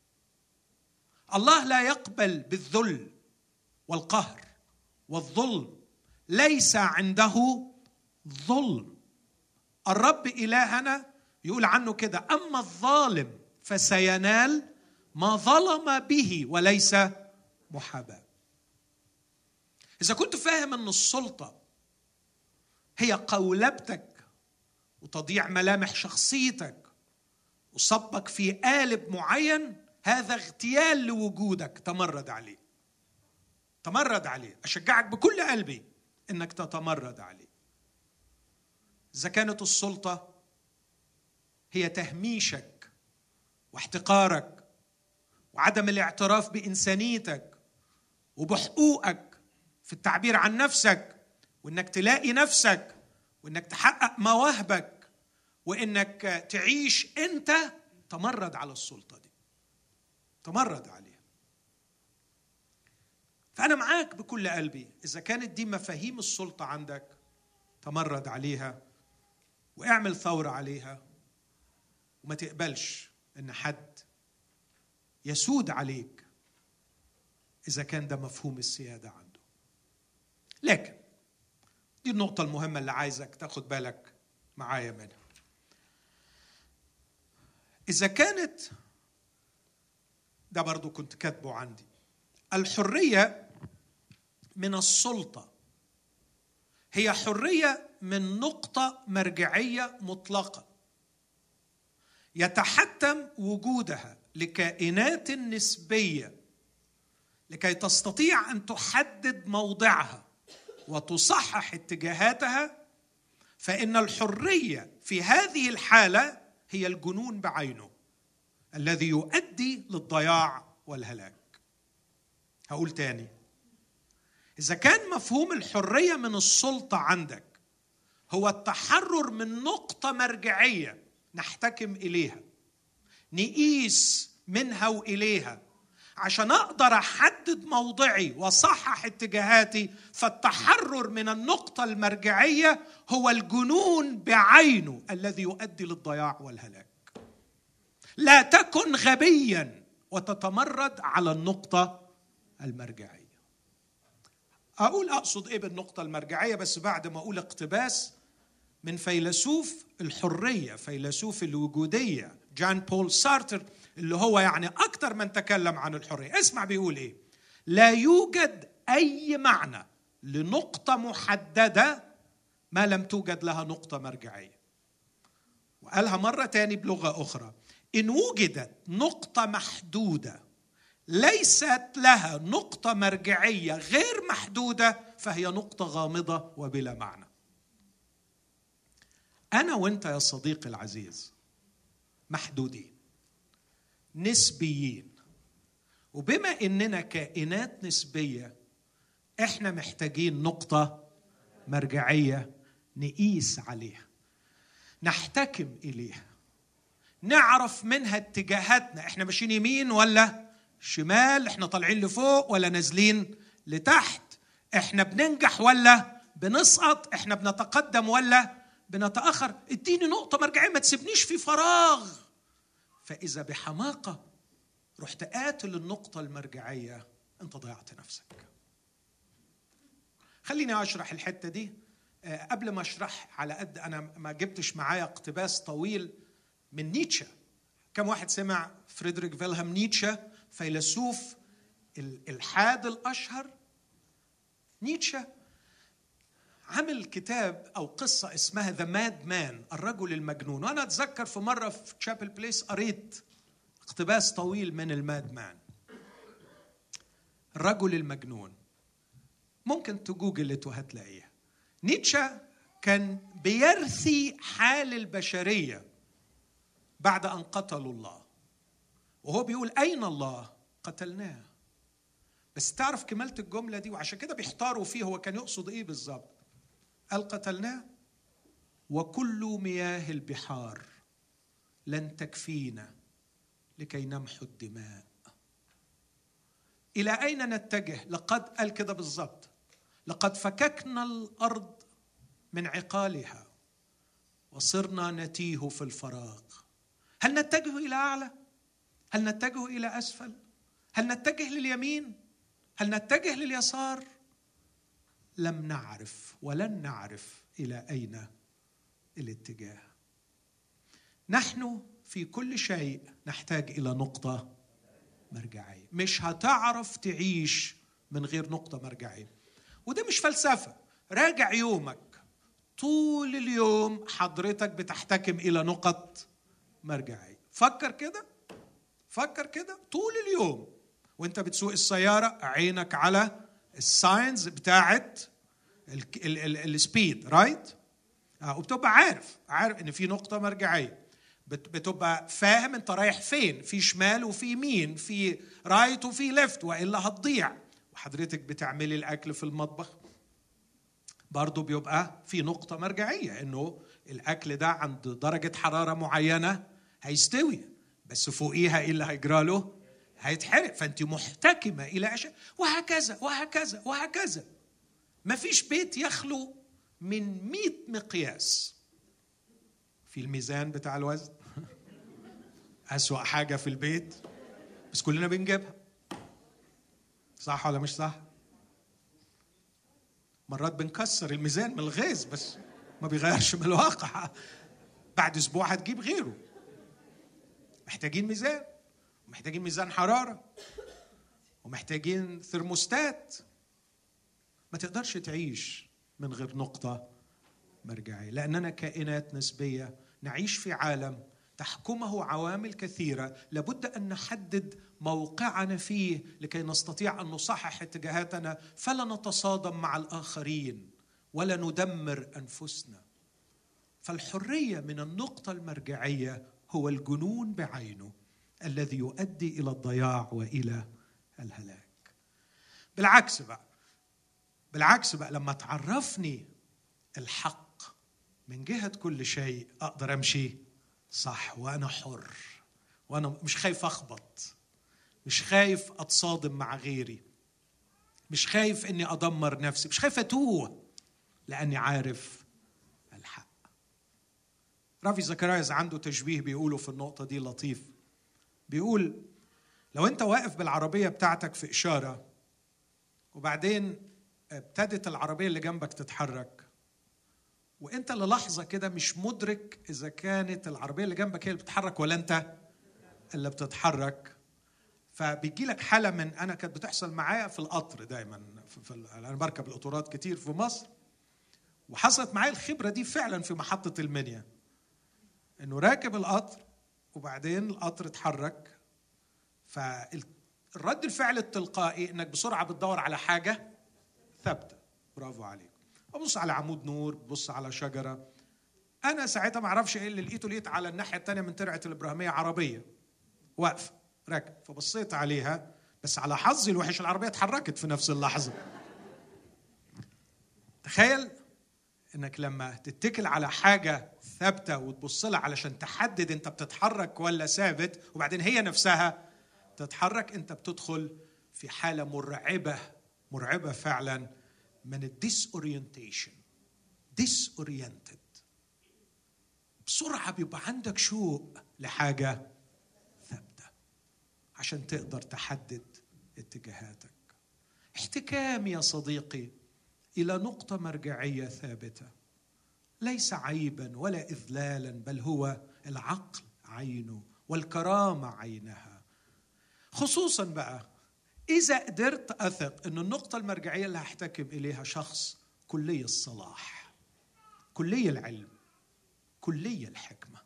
الله لا يقبل بالذل والقهر والظلم، ليس عنده ظلم. الرب إلهنا يقول عنه كده: أما الظالم فسينال ما ظلم به وليس محاباة. إذا كنت فاهم أن السلطة هي قولبتك وتضيع ملامح شخصيتك وصبك في قالب معين، هذا اغتيال لوجودك، تمرد عليه، تمرد عليه. أشجعك بكل قلبي أنك تتمرد عليه. إذا كانت السلطة هي تهميشك واحتقارك وعدم الاعتراف بإنسانيتك وبحقوقك في التعبير عن نفسك، وأنك تلاقي نفسك وإنك تحقق مواهبك وإنك تعيش، أنت تمرد على السلطة دي، تمرد عليها. فأنا معاك بكل قلبي، إذا كانت دي مفاهيم السلطة عندك تمرد عليها واعمل ثورة عليها، وما تقبلش إن حد يسود عليك إذا كان ده مفهوم السيادة عنده. لكن دي النقطة المهمة اللي عايزك تاخد بالك معايا منها. إذا كانت، ده برضو كنت كاتبه عندي، الحرية من السلطة هي حرية من نقطة مرجعية مطلقة يتحتم وجودها لكائنات نسبية لكي تستطيع أن تحدد موضعها وتصحح اتجاهاتها. فإن الحرية في هذه الحالة هي الجنون بعينه الذي يؤدي للضياع والهلاك. هقول تاني، إذا كان مفهوم الحرية من السلطة عندك هو التحرر من نقطة مرجعية نحتكم إليها، نقيس منها وإليها عشان أقدر أحدد موضعي وصحح اتجاهاتي، فالتحرر من النقطة المرجعية هو الجنون بعينه الذي يؤدي للضياع والهلاك. لا تكن غبيا وتتمرد على النقطة المرجعية. أقصد إيه بالنقطة المرجعية، بس بعد ما أقول اقتباس من فيلسوف الحرية، فيلسوف الوجودية، جان بول سارتر، اللي هو يعني أكثر من تكلم عن الحرية. اسمع بيقول إيه: لا يوجد أي معنى لنقطة محددة ما لم توجد لها نقطة مرجعية. وقالها مرة تاني بلغة أخرى: إن وجدت نقطة محدودة ليست لها نقطة مرجعية غير محدودة فهي نقطة غامضة وبلا معنى. أنا وإنت يا صديقي العزيز محدودين، نسبيين، وبما إننا كائنات نسبية إحنا محتاجين نقطة مرجعية نقيس عليها، نحتكم إليها، نعرف منها اتجاهاتنا، إحنا ماشيين يمين ولا شمال، إحنا طالعين لفوق ولا نازلين لتحت، إحنا بننجح ولا بنسقط، إحنا بنتقدم ولا بنتأخر. اديني نقطة مرجعية، ما تسيبنيش في فراغ. فإذا بحماقة رحت قاتل النقطة المرجعية، أنت ضيعت نفسك. خليني أشرح الحتة دي. قبل ما أشرح، على قد أنا ما جبتش معايا اقتباس طويل من نيتشه. كم واحد سمع فريدريك فيلهلم نيتشه، فيلسوف الإلحاد الأشهر؟ نيتشه عمل كتاب أو قصة اسمها The Mad Man، الرجل المجنون. وأنا أتذكر في مرة في تشابل بليس قريت اقتباس طويل من الماد مان، الرجل المجنون. ممكن تجوجلت وهتلاقيها. نيتشه كان بيرثي حال البشرية بعد أن قتلوا الله، وهو بيقول: أين الله؟ قتلناه. بس تعرف كمالة الجملة دي، وعشان كده بيحتاروا فيه هو كان يقصد إيه بالظبط. قال: قتلناه وكل مياه البحار لن تكفينا لكي نمحو الدماء. إلى أين نتجه؟ قال كده بالظبط: لقد فككنا الأرض من عقالها وصرنا نتيه في الفراغ. هل نتجه إلى أعلى؟ هل نتجه إلى أسفل؟ هل نتجه لليمين؟ هل نتجه لليسار؟ لم نعرف ولن نعرف إلى أين الاتجاه. نحن في كل شيء نحتاج إلى نقطة مرجعية. مش هتعرف تعيش من غير نقطة مرجعية. وده مش فلسفة. راجع يومك، طول اليوم حضرتك بتحتكم إلى نقط مرجعية. فكر كده طول اليوم وانت بتسوق السيارة، عينك على الساينز بتاعت السبيد، رايت؟ وبتبقى عارف ان في نقطة مرجعية، بتبقى فاهم انت رايح فين، في شمال وفي يمين، في رايت وفي ليفت، والا هتضيع. وحضرتك بتعملي الاكل في المطبخ، برضو بيبقى في نقطة مرجعية إنه الأكل ده عند درجة حرارة معينة هيستوي، بس فوقيها إيه اللي هيجرى له؟ هيتحرق. فأنت محتكمة إلى أشياء، وهكذا وهكذا وهكذا. ما فيش بيت يخلو من 100 مقياس في الميزان بتاع الوزن. أسوأ حاجة في البيت، بس كلنا بنجيبها. صح ولا مش صح؟ مرات بنكسر الميزان من الغيظ، بس ما بيغيرش من الواقع. بعد أسبوع هتجيب غيره. محتاجين ميزان، ومحتاجين ميزان حرارة، ومحتاجين ثرموستات. ما تقدرش تعيش من غير نقطة مرجعية، لأننا كائنات نسبية نعيش في عالم تحكمه عوامل كثيرة. لابد أن نحدد موقعنا فيه لكي نستطيع أن نصحح اتجاهاتنا، فلا نتصادم مع الآخرين ولا ندمر أنفسنا. فالحرية من النقطة المرجعية هو الجنون بعينه الذي يؤدي إلى الضياع وإلى الهلاك. بالعكس بقى لما تعرفني الحق من جهة كل شيء أقدر أمشي صح، وأنا حر، وأنا مش خايف أخبط، مش خايف أتصادم مع غيري، مش خايف أني أدمر نفسي، مش خايف أتوه، لأني عارف الحق. رافي زكراياس عنده تشبيه بيقوله في النقطة دي لطيف. بيقول لو أنت واقف بالعربية بتاعتك في إشارة، وبعدين ابتدت العربية اللي جنبك تتحرك، وانت للحظة كده مش مدرك اذا كانت العربية اللي جنبك هي اللي بتتحرك ولا انت اللي بتتحرك، فبيجي لك حالة من، انا كانت بتحصل معايا في القطر دايما، انا بركب القطارات كتير في مصر، وحصلت معايا الخبرة دي فعلا في محطة المنيا، انه راكب القطر وبعدين القطر اتحرك، فالرد الفعل التلقائي انك بسرعة بتدور على حاجة ثابتة. برافو عليك. أبص على عمود نور، ببص على شجرة. أنا ساعتها ما أعرفش إيه اللي لقيت على الناحية التانية من ترعة الإبراهيمية عربية واقفة راكب، فبصيت عليها، بس على حظي الوحش العربية اتحركت في نفس اللحظة. تخيل إنك لما تتكل على حاجة ثابتة وتبص لها علشان تحدد أنت بتتحرك ولا ثابت، وبعدين هي نفسها تتحرك، أنت بتدخل في حالة مرعبة فعلا من الديسورينتيشن. ديسورينتد، بسرعة بيبقى عندك شوق لحاجة ثابتة عشان تقدر تحدد اتجاهاتك. احتكام يا صديقي إلى نقطة مرجعية ثابتة ليس عيبا ولا إذلالا، بل هو العقل عينه والكرامة عينها. خصوصا بقى إذا قدرت أثق أن النقطة المرجعية اللي هحتكم إليها شخص كلي الصلاح، كلي العلم، كلي الحكمة،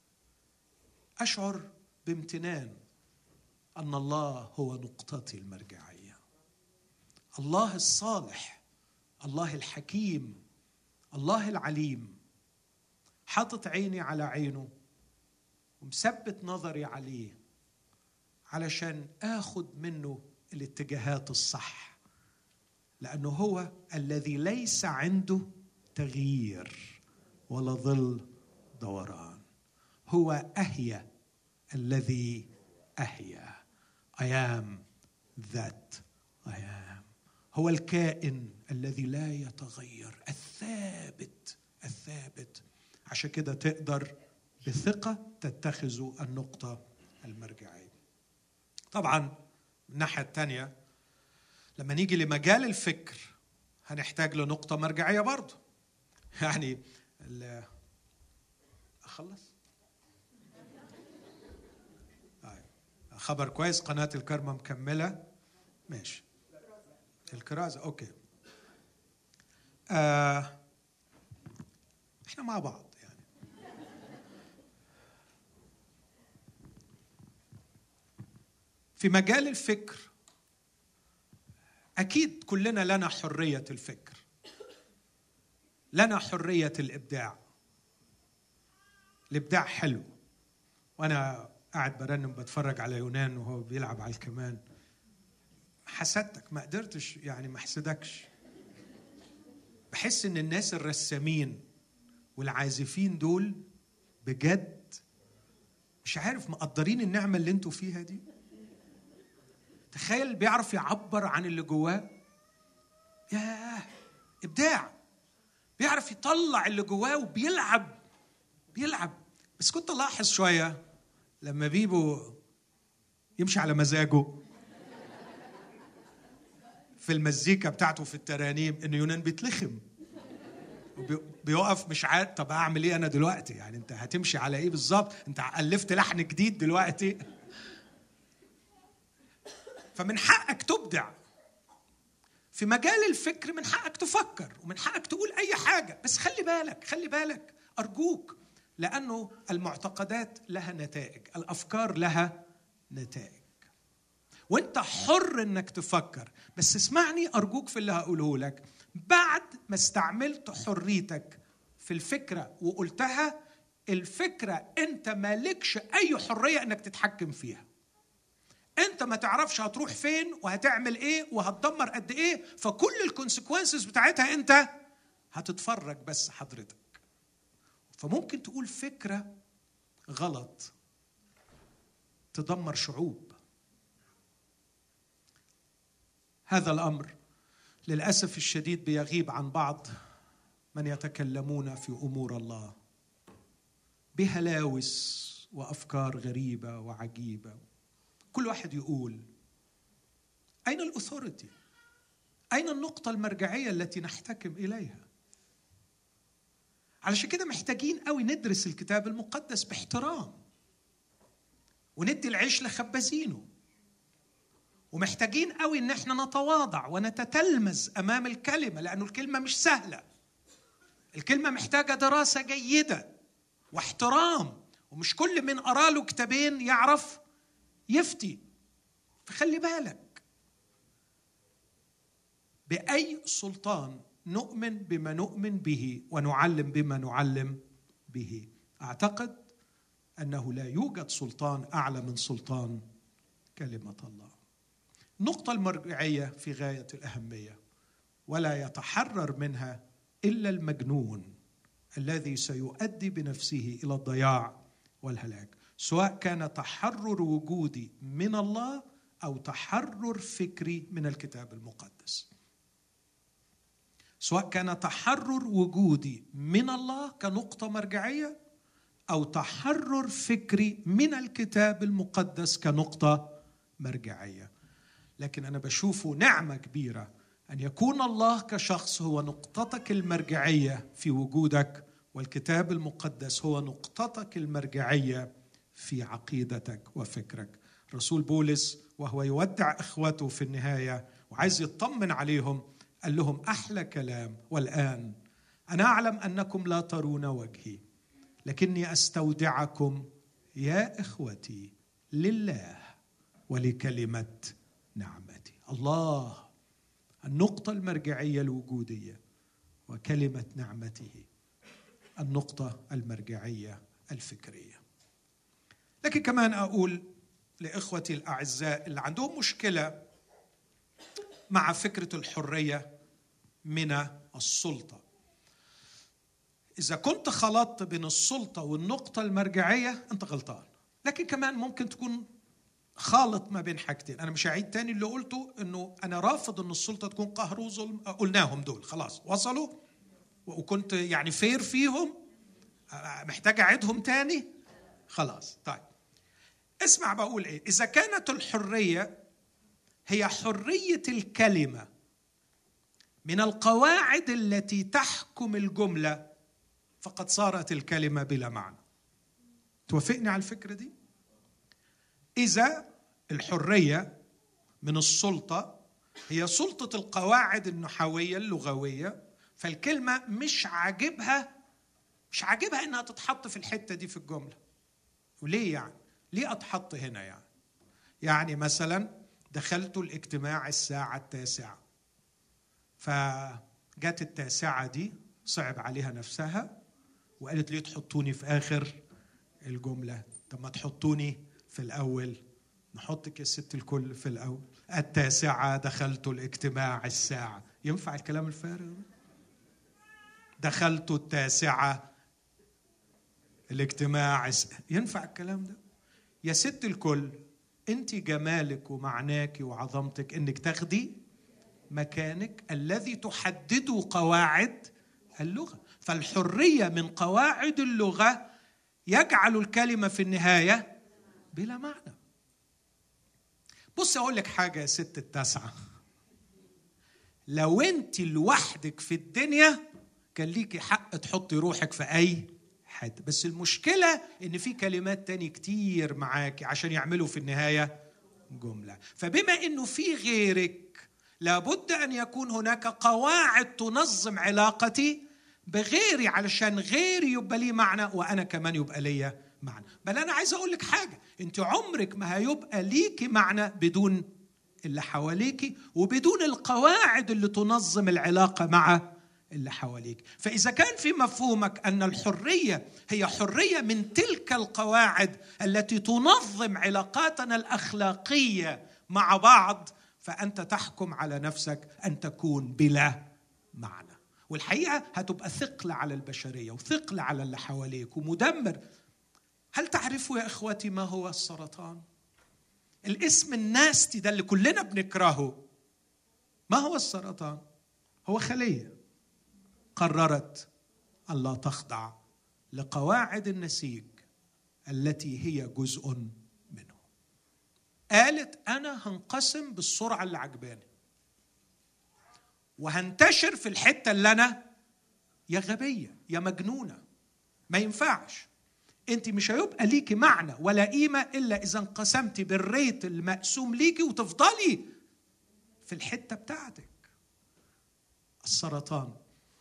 أشعر بامتنان أن الله هو نقطتي المرجعية. الله الصالح، الله الحكيم، الله العليم، حاطط عيني على عينه ومثبت نظري عليه علشان آخذ منه الاتجاهات الصح، لأنه هو الذي ليس عنده تغيير ولا ظل دوران. هو أهيا الذي أهيا. I am that I am. هو الكائن الذي لا يتغير، الثابت. عشان كده تقدر بثقة تتخذ النقطة المرجعية. طبعا من الناحية الثانية لما نيجي لمجال الفكر هنحتاج لنقطة مرجعية برضو. يعني أخلص؟ خبر كويس، قناة الكرمة مكملة. ماشي، الكرازة أوكي. إحنا مع بعض يعني. في مجال الفكر أكيد كلنا لنا حرية الفكر، لنا حرية الإبداع. الإبداع حلو. وأنا قاعد برنم بتفرج على يونان وهو بيلعب على الكمان، حسدتك، ما قدرتش يعني ما حسدكش. بحس ان الناس الرسامين والعازفين دول بجد مش عارف مقدرين النعمة اللي انتوا فيها دي. تخيل بيعرف يعبر عن اللي جواه، ياه إبداع، بيعرف يطلع اللي جواه وبيلعب. بس كنت ألاحظ شوية لما بيبو يمشي على مزاجه في المزيكا بتاعته في الترانيم إنه يونان بيتلخم، بيقف مش عارف طب أعمل إيه أنا دلوقتي؟ يعني أنت هتمشي على إيه بالظبط؟ أنت ألفت لحن جديد دلوقتي. فمن حقك تبدع في مجال الفكر، من حقك تفكر ومن حقك تقول أي حاجة، بس خلي بالك أرجوك، لأنه المعتقدات لها نتائج، الأفكار لها نتائج، وانت حر انك تفكر. بس اسمعني أرجوك في اللي هقوله لك، بعد ما استعملت حريتك في الفكرة وقلتها، الفكرة انت مالكش أي حرية انك تتحكم فيها. انت ما تعرفش هتروح فين وهتعمل ايه وهتدمر قد ايه، فكل الكونسيكوينسز بتاعتها انت هتتفرج بس حضرتك. فممكن تقول فكرة غلط تدمر شعوب. هذا الأمر للأسف الشديد بيغيب عن بعض من يتكلمون في أمور الله بهلاوس وأفكار غريبة وعجيبة. كل واحد يقول أين الأثوريتي؟ أين النقطة المرجعية التي نحتكم إليها؟ علشان كده محتاجين قوي ندرس الكتاب المقدس باحترام وندي العيش لخبازينه، ومحتاجين قوي ان احنا نتواضع ونتتلمذ امام الكلمة، لأنه الكلمة مش سهلة. الكلمة محتاجة دراسة جيدة واحترام، ومش كل من قرأ له كتابين يعرف يفتي. فخلي بالك، بأي سلطان نؤمن بما نؤمن به ونعلم بما نعلم به؟ أعتقد أنه لا يوجد سلطان أعلى من سلطان كلمة الله. النقطة المرجعية في غاية الأهمية، ولا يتحرر منها إلا المجنون الذي سيؤدي بنفسه إلى الضياع والهلاك، سواء كان تحرر وجودي من الله أو تحرر فكري من الكتاب المقدس. سواء كان تحرر وجودي من الله كنقطة مرجعية أو تحرر فكري من الكتاب المقدس كنقطة مرجعية. لكن أنا بشوفه نعمة كبيرة أن يكون الله كشخص هو نقطتك المرجعية في وجودك، والكتاب المقدس هو نقطتك المرجعية في عقيدتك وفكرك. رسول بولس وهو يودع إخوته في النهاية وعايز يطمن عليهم قال لهم أحلى كلام: والآن أنا أعلم أنكم لا ترون وجهي، لكني أستودعكم يا إخوتي لله ولكلمة نعمتي. الله النقطة المرجعية الوجودية، وكلمة نعمته النقطة المرجعية الفكرية. لكن كمان أقول لإخوتي الأعزاء اللي عندهم مشكلة مع فكرة الحرية من السلطة، إذا كنت خلطت بين السلطة والنقطة المرجعية أنت غلطان. لكن كمان ممكن تكون خالط ما بين حاجتين. أنا مش هعيد تاني اللي قلته، أنه أنا رافض أن السلطة تكون قهر وظلم، قلناهم دول خلاص وصلوا وكنت يعني فير فيهم، محتاج أعيدهم تاني خلاص. طيب اسمع بقول إيه. إذا كانت الحرية هي حرية الكلمة من القواعد التي تحكم الجملة، فقد صارت الكلمة بلا معنى. توافقني على الفكرة دي؟ إذا الحرية من السلطة هي سلطة القواعد النحوية اللغوية، فالكلمة مش عاجبها إنها تتحط في الحتة دي في الجملة. وليه يعني؟ ليه أتحط هنا يعني مثلا دخلت الاجتماع الساعة 9، فجت 9 دي صعب عليها نفسها وقالت لي تحطوني في آخر الجملة. طب ما تحطوني في الأول، نحطك يا ست الكل في الأول. 9 دخلت الاجتماع الساعة. ينفع الكلام الفارغ؟ دخلت 9 الاجتماع. ينفع الكلام ده؟ يا ست الكل، انت جمالك ومعناك وعظمتك انك تاخدي مكانك الذي تحدده قواعد اللغة. فالحرية من قواعد اللغة يجعل الكلمة في النهاية بلا معنى. بص أقول لك حاجة يا ست 9، لو أنت لوحدك في الدنيا كان ليكي حق تحطي روحك في أي حد، بس المشكلة إن في كلمات تاني كتير معاكي عشان يعملوا في النهاية جملة. فبما إنه في غيرك لابد أن يكون هناك قواعد تنظم علاقتي بغيري علشان غيري يبقى لي معنى وأنا كمان يبقى لي معنى. بل أنا عايز أقول لك حاجة، أنت عمرك ما هيبقى ليكي معنى بدون اللي حواليكي وبدون القواعد اللي تنظم العلاقة مع اللي حواليك. فإذا كان في مفهومك أن الحرية هي حرية من تلك القواعد التي تنظم علاقاتنا الأخلاقية مع بعض، فأنت تحكم على نفسك أن تكون بلا معنى. والحقيقة هتبقى ثقل على البشرية وثقل على اللي حواليك ومدمر. هل تعرفوا يا إخوتي ما هو السرطان؟ الاسم الناستي ده اللي كلنا بنكرهه. ما هو السرطان؟ هو خلية قررت أن لا تخضع لقواعد النسيج التي هي جزء منه. قالت أنا هنقسم بالسرعة اللي عجباني وهنتشر في الحتة اللي أنا يا غبية يا مجنونة. ما ينفعش، أنت مش هيبقى ليكي معنى ولا قيمة إلا إذا انقسمتي بالريت المقسوم ليكي وتفضلي في الحتة بتاعتك. السرطان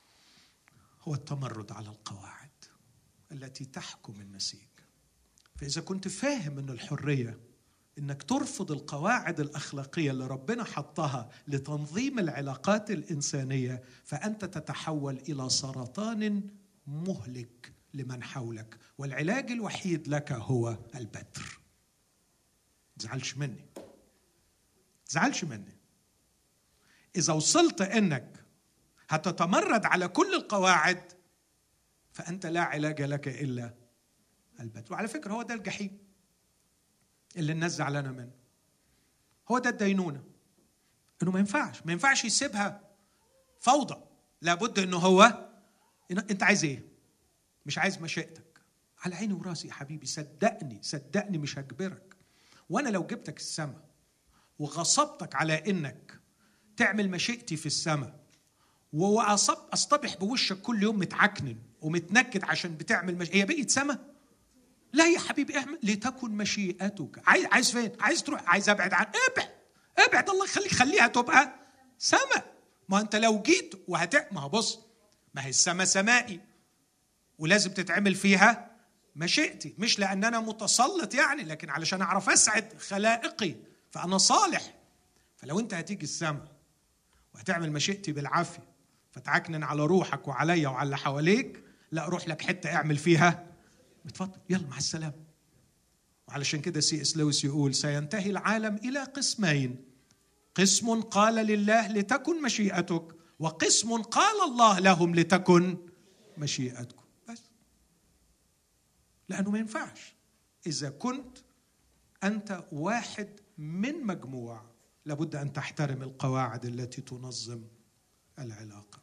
هو التمرد على القواعد التي تحكم النسيج. فإذا كنت فاهم أن الحرية إنك ترفض القواعد الأخلاقية اللي ربنا حطها لتنظيم العلاقات الإنسانية، فأنت تتحول إلى سرطان مهلك لمن حولك، والعلاج الوحيد لك هو البتر. تزعلش مني، تزعلش مني. إذا وصلت إنك هتتمرد على كل القواعد فأنت لا علاج لك إلا البتر. وعلى فكرة هو ده الجحيم اللي الناس زعلانة منه، هو ده الدينونة. إنه ما ينفعش يسيبها فوضى. لابد إنه هو أنت عايز إيه؟ مش عايز مشيئتك. على عيني وراسي يا حبيبي، صدقني مش هجبرك. وأنا لو جبتك السماء وغصبتك على إنك تعمل مشيئتي في السماء وأصطبح بوشك كل يوم متعكنن ومتنكد عشان بتعمل هي بقيت سماء؟ لا يا حبيبي، اعمل لتكن مشيئتك. عايز فين؟ عايز تروح؟ عايز ابعد عن ابعد الله يخليك، خليها تبقى سماء. ما انت لو جيت ما بص، ما هي السماء سمائي ولازم تتعمل فيها مشيئتي، مش لان انا متسلط يعني، لكن علشان اعرف اسعد خلائقي فانا صالح. فلو انت هتيجي السماء وهتعمل مشيئتي بالعافيه فتعكنن على روحك وعليا وعلى اللي حواليك، لا روح لك حته اعمل فيها، بتفضل يلا مع السلامة. وعلشان كده C.S. لويس يقول سينتهي العالم إلى قسمين: قسم قال لله لتكن مشيئتك، وقسم قال الله لهم لتكن مشيئتكم. بس لأنه ما ينفعش. إذا كنت أنت واحد من مجموعة لابد أن تحترم القواعد التي تنظم العلاقة.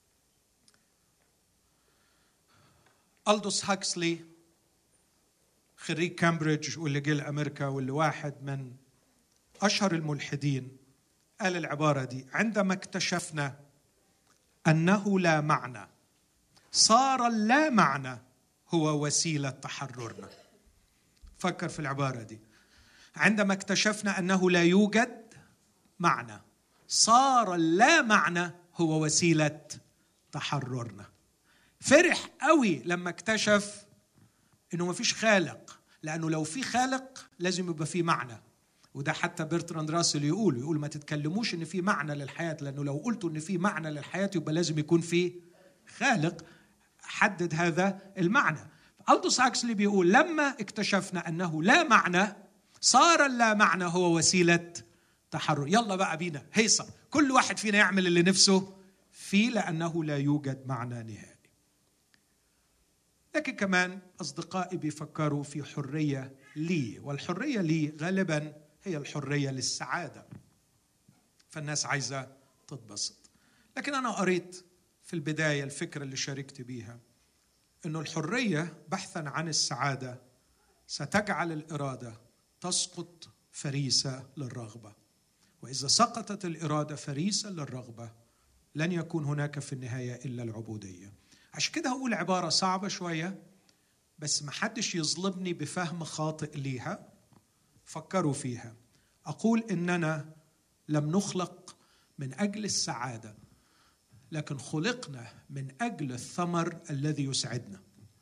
ألدوس هاكسلي خريج كامبريدج واللي جه لأمريكا واللي واحد من أشهر الملحدين، قال العبارة دي: عندما اكتشفنا أنه لا معنى صار اللا معنى هو وسيلة تحررنا. فكر في العبارة دي. عندما اكتشفنا أنه لا يوجد معنى صار اللا معنى هو وسيلة تحررنا. فرح قوي لما اكتشف انه ما فيش خالق، لانه لو في خالق لازم يبقى في معنى. وده حتى برتراند راسل يقول ما تتكلموش ان في معنى للحياة، لانه لو قلتوا ان في معنى للحياة يبقى لازم يكون في خالق حدد هذا المعنى. ألدوس هاكسلي بيقول لما اكتشفنا انه لا معنى صار اللا معنى هو وسيلة تحرر. يلا بقى بينا هيصة، كل واحد فينا يعمل اللي نفسه فيه، لانه لا يوجد معنى نهائي. لكن كمان أصدقائي بيفكروا في حرية لي، والحرية لي غالبا هي الحرية للسعادة، فالناس عايزة تتبسط. لكن أنا قريت في البداية الفكرة اللي شاركت بيها، إنه الحرية بحثا عن السعادة ستجعل الإرادة تسقط فريسة للرغبة، وإذا سقطت الإرادة فريسة للرغبة لن يكون هناك في النهاية إلا العبودية. عشان كده هقول عبارة صعبة شوية، بس محدش يظلمني بفهم خاطئ ليها، فكروا فيها. أقول إننا لم نخلق من أجل السعادة، لكن خلقنا من أجل الثمر الذي يسعدنا.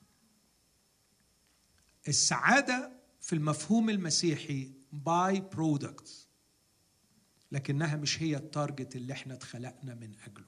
السعادة في المفهوم المسيحي باي برودكت، لكنها مش هي التارجت اللي احنا اتخلقنا من أجله.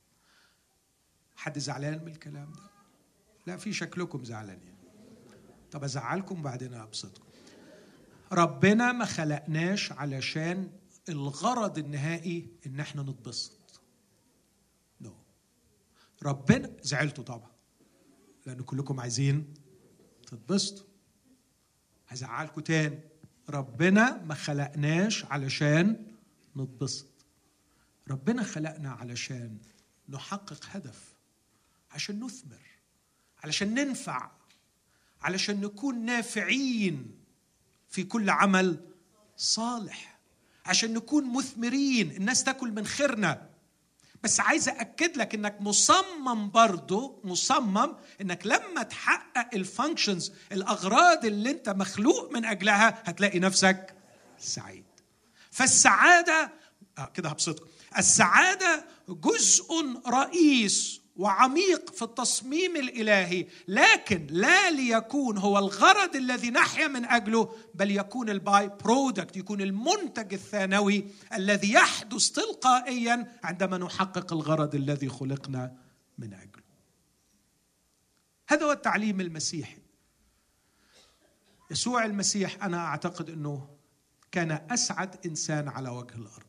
حد زعلان من الكلام ده؟ لا، في شكلكم زعلانين. طب أزعلكم بعدين أبسطكم. ربنا ما خلقناش علشان الغرض النهائي إن احنا نتبسط. نو. ربنا زعلتوا طبعا لأن كلكم عايزين تتبسطوا. هزعلكم تاني، ربنا ما خلقناش علشان نتبسط. ربنا خلقنا علشان نحقق هدف، عشان نثمر، علشان ننفع، علشان نكون نافعين في كل عمل صالح، عشان نكون مثمرين، الناس تاكل من خيرنا. بس عايز أأكد لك إنك مصمم، برضو مصمم إنك لما تحقق الفانكشنز، الأغراض اللي أنت مخلوق من أجلها، هتلاقي نفسك سعيد. فالسعادة كده هبسطكم، السعادة جزء رئيس وعميق في التصميم الإلهي، لكن لا ليكون هو الغرض الذي نحيا من أجله، بل يكون الباي برودكت، يكون المنتج الثانوي الذي يحدث تلقائيا عندما نحقق الغرض الذي خلقنا من أجله. هذا هو التعليم المسيحي. يسوع المسيح أنا أعتقد أنه كان أسعد إنسان على وجه الأرض،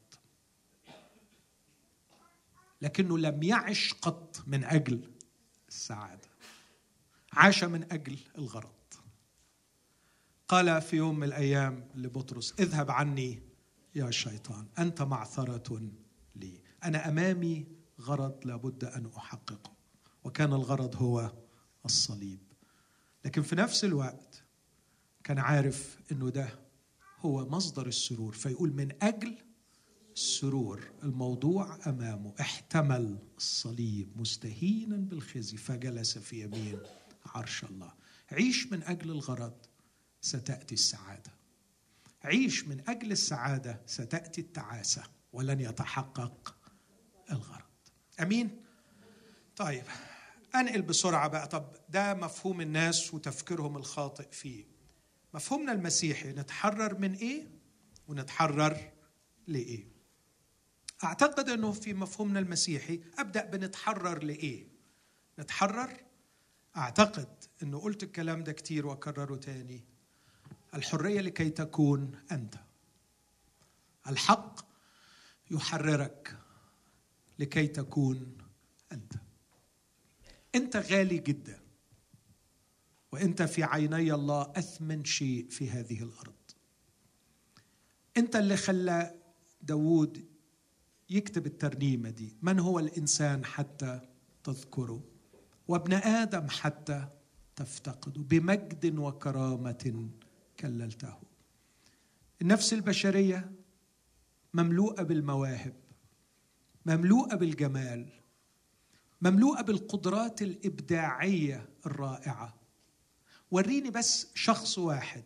لكنه لم يعش قط من أجل السعادة، عاش من أجل الغرض. قال في يوم من الأيام لبطرس: اذهب عني يا شيطان، أنت معثرة لي. أنا أمامي غرض لابد أن أحققه، وكان الغرض هو الصليب. لكن في نفس الوقت كان عارف أنه ده هو مصدر السرور، فيقول: من أجل السرور الموضوع أمامه احتمل الصليب مستهينا بالخزي فجلس في يمين عرش الله. عيش من أجل الغرض ستأتي السعادة، عيش من أجل السعادة ستأتي التعاسة، ولن يتحقق الغرض. أمين؟ طيب أنقل بسرعة بقى. طب ده مفهوم الناس وتفكيرهم الخاطئ فيه. مفهومنا المسيحي نتحرر من إيه ونتحرر لإيه؟ أعتقد أنه في مفهومنا المسيحي أبدأ بنتحرر لإيه؟ نتحرر، أعتقد أنه قلت الكلام ده كتير وأكرره تاني، الحرية لكي تكون أنت. الحق يحررك لكي تكون أنت. أنت غالي جدا، وأنت في عيني الله أثمن شيء في هذه الأرض. أنت اللي خلى داود يكتب الترنيمة دي: من هو الإنسان حتى تذكره، وابن آدم حتى تفتقده، بمجد وكرامة كللته. النفس البشرية مملوءة بالمواهب، مملوءة بالجمال، مملوءة بالقدرات الإبداعية الرائعة. وريني بس شخص واحد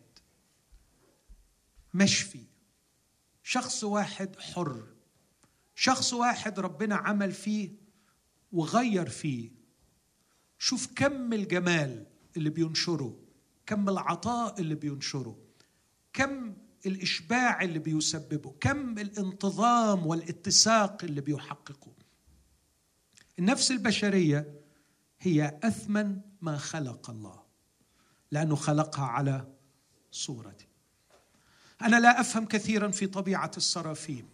مشفي، شخص واحد حر، شخص واحد ربنا عمل فيه وغير فيه. شوف كم الجمال اللي بينشره، كم العطاء اللي بينشره، كم الإشباع اللي بيسببه، كم الانتظام والاتساق اللي بيحققه. النفس البشرية هي أثمن ما خلق الله، لأنه خلقها على صورته. أنا لا أفهم كثيرا في طبيعة السرافيم،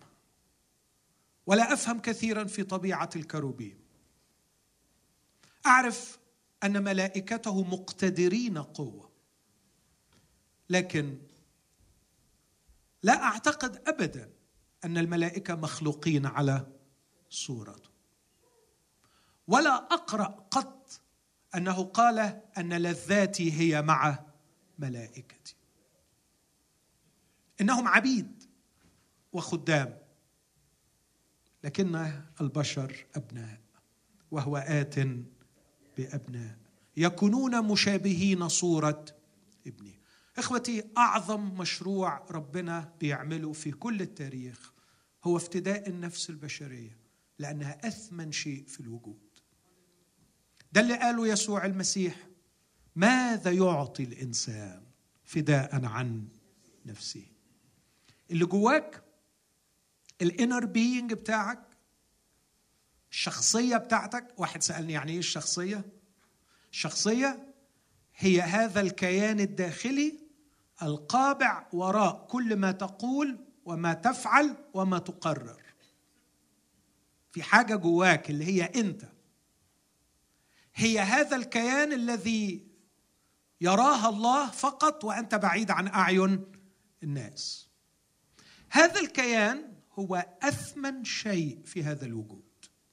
ولا أفهم كثيرا في طبيعة الكروبيم. أعرف أن ملائكته مقتدرين قوة، لكن لا أعتقد أبدا أن الملائكة مخلوقين على صورته، ولا أقرأ قط أنه قال أن لذاتي هي مع ملائكتي. إنهم عبيد وخدام، لكن البشر أبناء، وهو آت بأبناء يكونون مشابهين صورة ابنه. إخوتي، أعظم مشروع ربنا بيعمله في كل التاريخ هو افتداء النفس البشرية، لأنها أثمن شيء في الوجود. ده اللي قاله يسوع المسيح: ماذا يعطي الإنسان فداء عن نفسه؟ اللي جواك، الانر بينج بتاعك، الشخصية بتاعتك. واحد سألني يعني ايه الشخصية؟ الشخصية هي هذا الكيان الداخلي القابع وراء كل ما تقول وما تفعل وما تقرر. في حاجة جواك اللي هي أنت، هي هذا الكيان الذي يراها الله فقط وأنت بعيد عن أعين الناس. هذا الكيان هو أثمن شيء في هذا الوجود.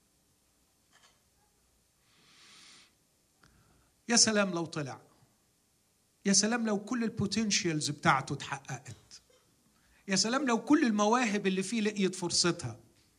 يا سلام لو طلع، يا سلام لو كل البوتنشيالز بتاعته اتحققت، يا سلام لو كل المواهب اللي فيه لقيت فرصتها،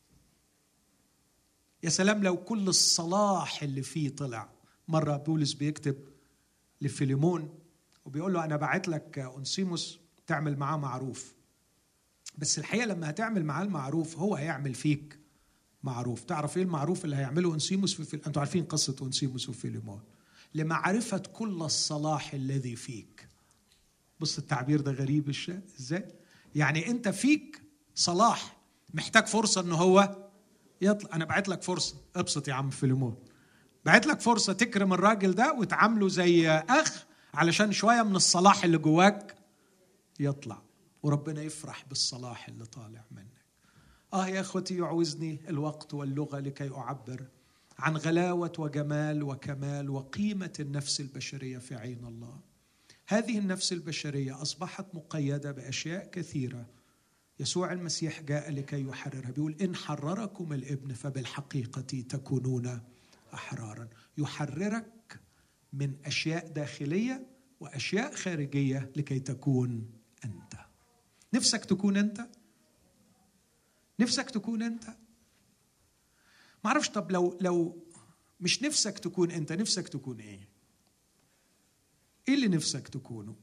يا سلام لو كل الصلاح اللي فيه طلع. مرة بولس بيكتب لفيليمون وبيقول له: أنا بعت لك أنسيموس تعمل معاه معروف، بس الحقيقة لما هتعمل معاه المعروف هو هيعمل فيك معروف. تعرف إيه المعروف اللي هيعمله أنسيموس أنتوا عارفين قصة أنسيموس وفيليمون: لمعرفة كل الصلاح الذي فيك. بص التعبير ده غريب إزاي؟ يعني أنت فيك صلاح محتاج فرصة إنه هو يطلع. أنا بعت لك فرصة، ابسط يا عم فيليمون، بعت لك فرصة تكرم الراجل ده وتعامله زي أخ علشان شوية من الصلاح اللي جواك يطلع، وربنا يفرح بالصلاح اللي طالع منك. يا أخوتي، يعوزني الوقت واللغة لكي أعبر عن غلاوة وجمال وكمال وقيمة النفس البشرية في عين الله. هذه النفس البشرية أصبحت مقيدة بأشياء كثيرة. يسوع المسيح جاء لكي يحررها. بيقول: إن حرركم الابن فبالحقيقة تكونون أحرارا. يحررك من أشياء داخلية وأشياء خارجية لكي تكون أنت. نفسك تكون أنت؟ نفسك تكون أنت؟ ما أعرفش. طب لو مش نفسك تكون أنت، نفسك تكون إيه؟ إيه اللي نفسك تكونه؟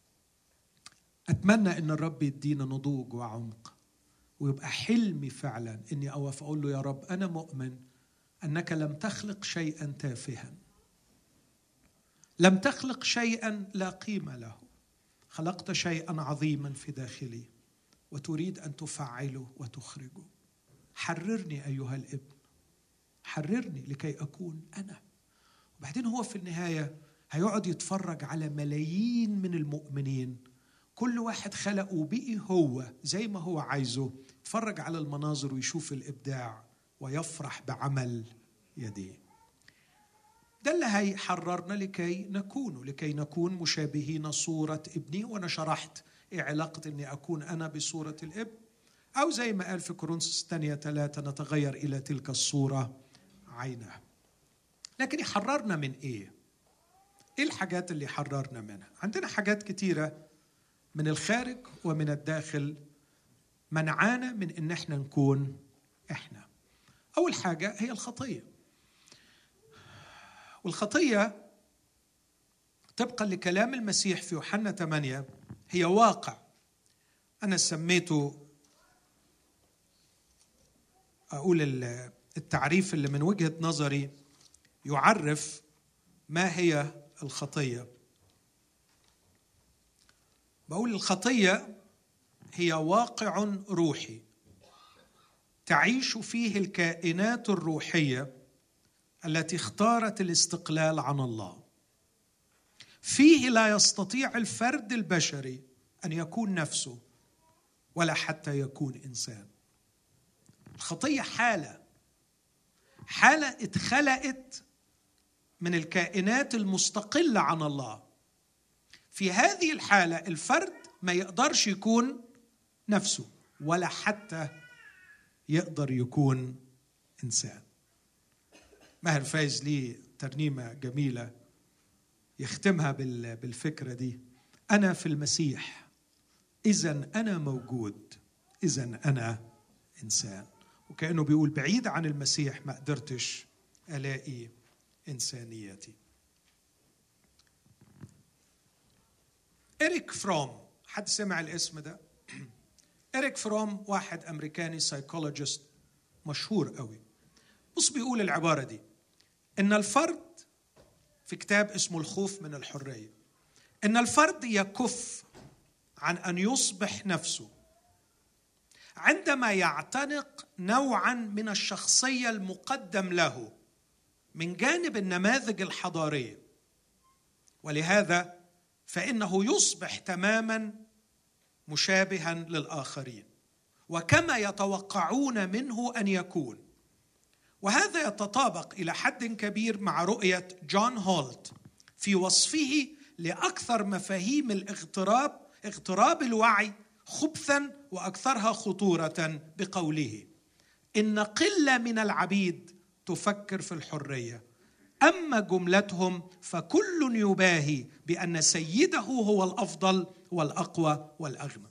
أتمنى إن الرب يدينا نضوج وعمق، ويبقى حلمي فعلا إني أقف أقول له: يا رب، أنا مؤمن أنك لم تخلق شيئا تافها، لم تخلق شيئا لا قيمة له، خلقت شيئا عظيما في داخلي وتريد أن تفعله وتخرجه. حررني أيها الابن، حررني لكي أكون أنا. وبعدين هو في النهاية هيقعد يتفرج على ملايين من المؤمنين، كل واحد خلقه بقي هو زي ما هو عايزه، يتفرج على المناظر ويشوف الإبداع ويفرح بعمل يديه. ده اللي هيحررنا لكي نكون مشابهين صورة ابني. وأنا شرحت إيه علاقة أني أكون أنا بصورة الابن، أو زي ما قال في كورنثوس الثانية 3: نتغير إلى تلك الصورة عينها. لكن يحررنا من إيه؟ إيه الحاجات اللي حررنا منها؟ عندنا حاجات كتيرة من الخارج ومن الداخل منعانا من إن احنا نكون احنا. أول حاجة هي الخطية. والخطية طبقا لكلام المسيح في يوحنا 8 هي واقع. أنا سميته، أقول التعريف اللي من وجهة نظري يعرف ما هي الخطية. بقول الخطية هي واقع روحي تعيش فيه الكائنات الروحية التي اختارت الاستقلال عن الله. فيه لا يستطيع الفرد البشري أن يكون نفسه ولا حتى يكون إنسان. الخطية حالة اتخلقت من الكائنات المستقلة عن الله. في هذه الحالة الفرد ما يقدرش يكون نفسه ولا حتى يقدر يكون إنسان. ماهر فايز ليه ترنيمة جميلة يختمها بالفكرة دي: أنا في المسيح إذن أنا موجود، إذن أنا إنسان. وكأنه بيقول بعيد عن المسيح ما قدرتش ألاقي إنسانيتي. إريك فروم، حد سمع الاسم ده؟ إريك فروم واحد أمريكاني سايكولوجيست مشهور قوي. بص بيقول العبارة دي: إن الفرد، في كتاب اسمه الخوف من الحرية، إن الفرد يكف عن أن يصبح نفسه عندما يعتنق نوعاً من الشخصية المقدم له من جانب النماذج الحضارية، ولهذا فإنه يصبح تماماً مشابهاً للآخرين وكما يتوقعون منه أن يكون. وهذا يتطابق إلى حد كبير مع رؤية جون هولت في وصفه لأكثر مفاهيم اغتراب الوعي خبثاً وأكثرها خطورة بقوله: إن قلة من العبيد تفكر في الحرية، أما جملتهم فكل يباهي بأن سيده هو الأفضل والأقوى والأغنى.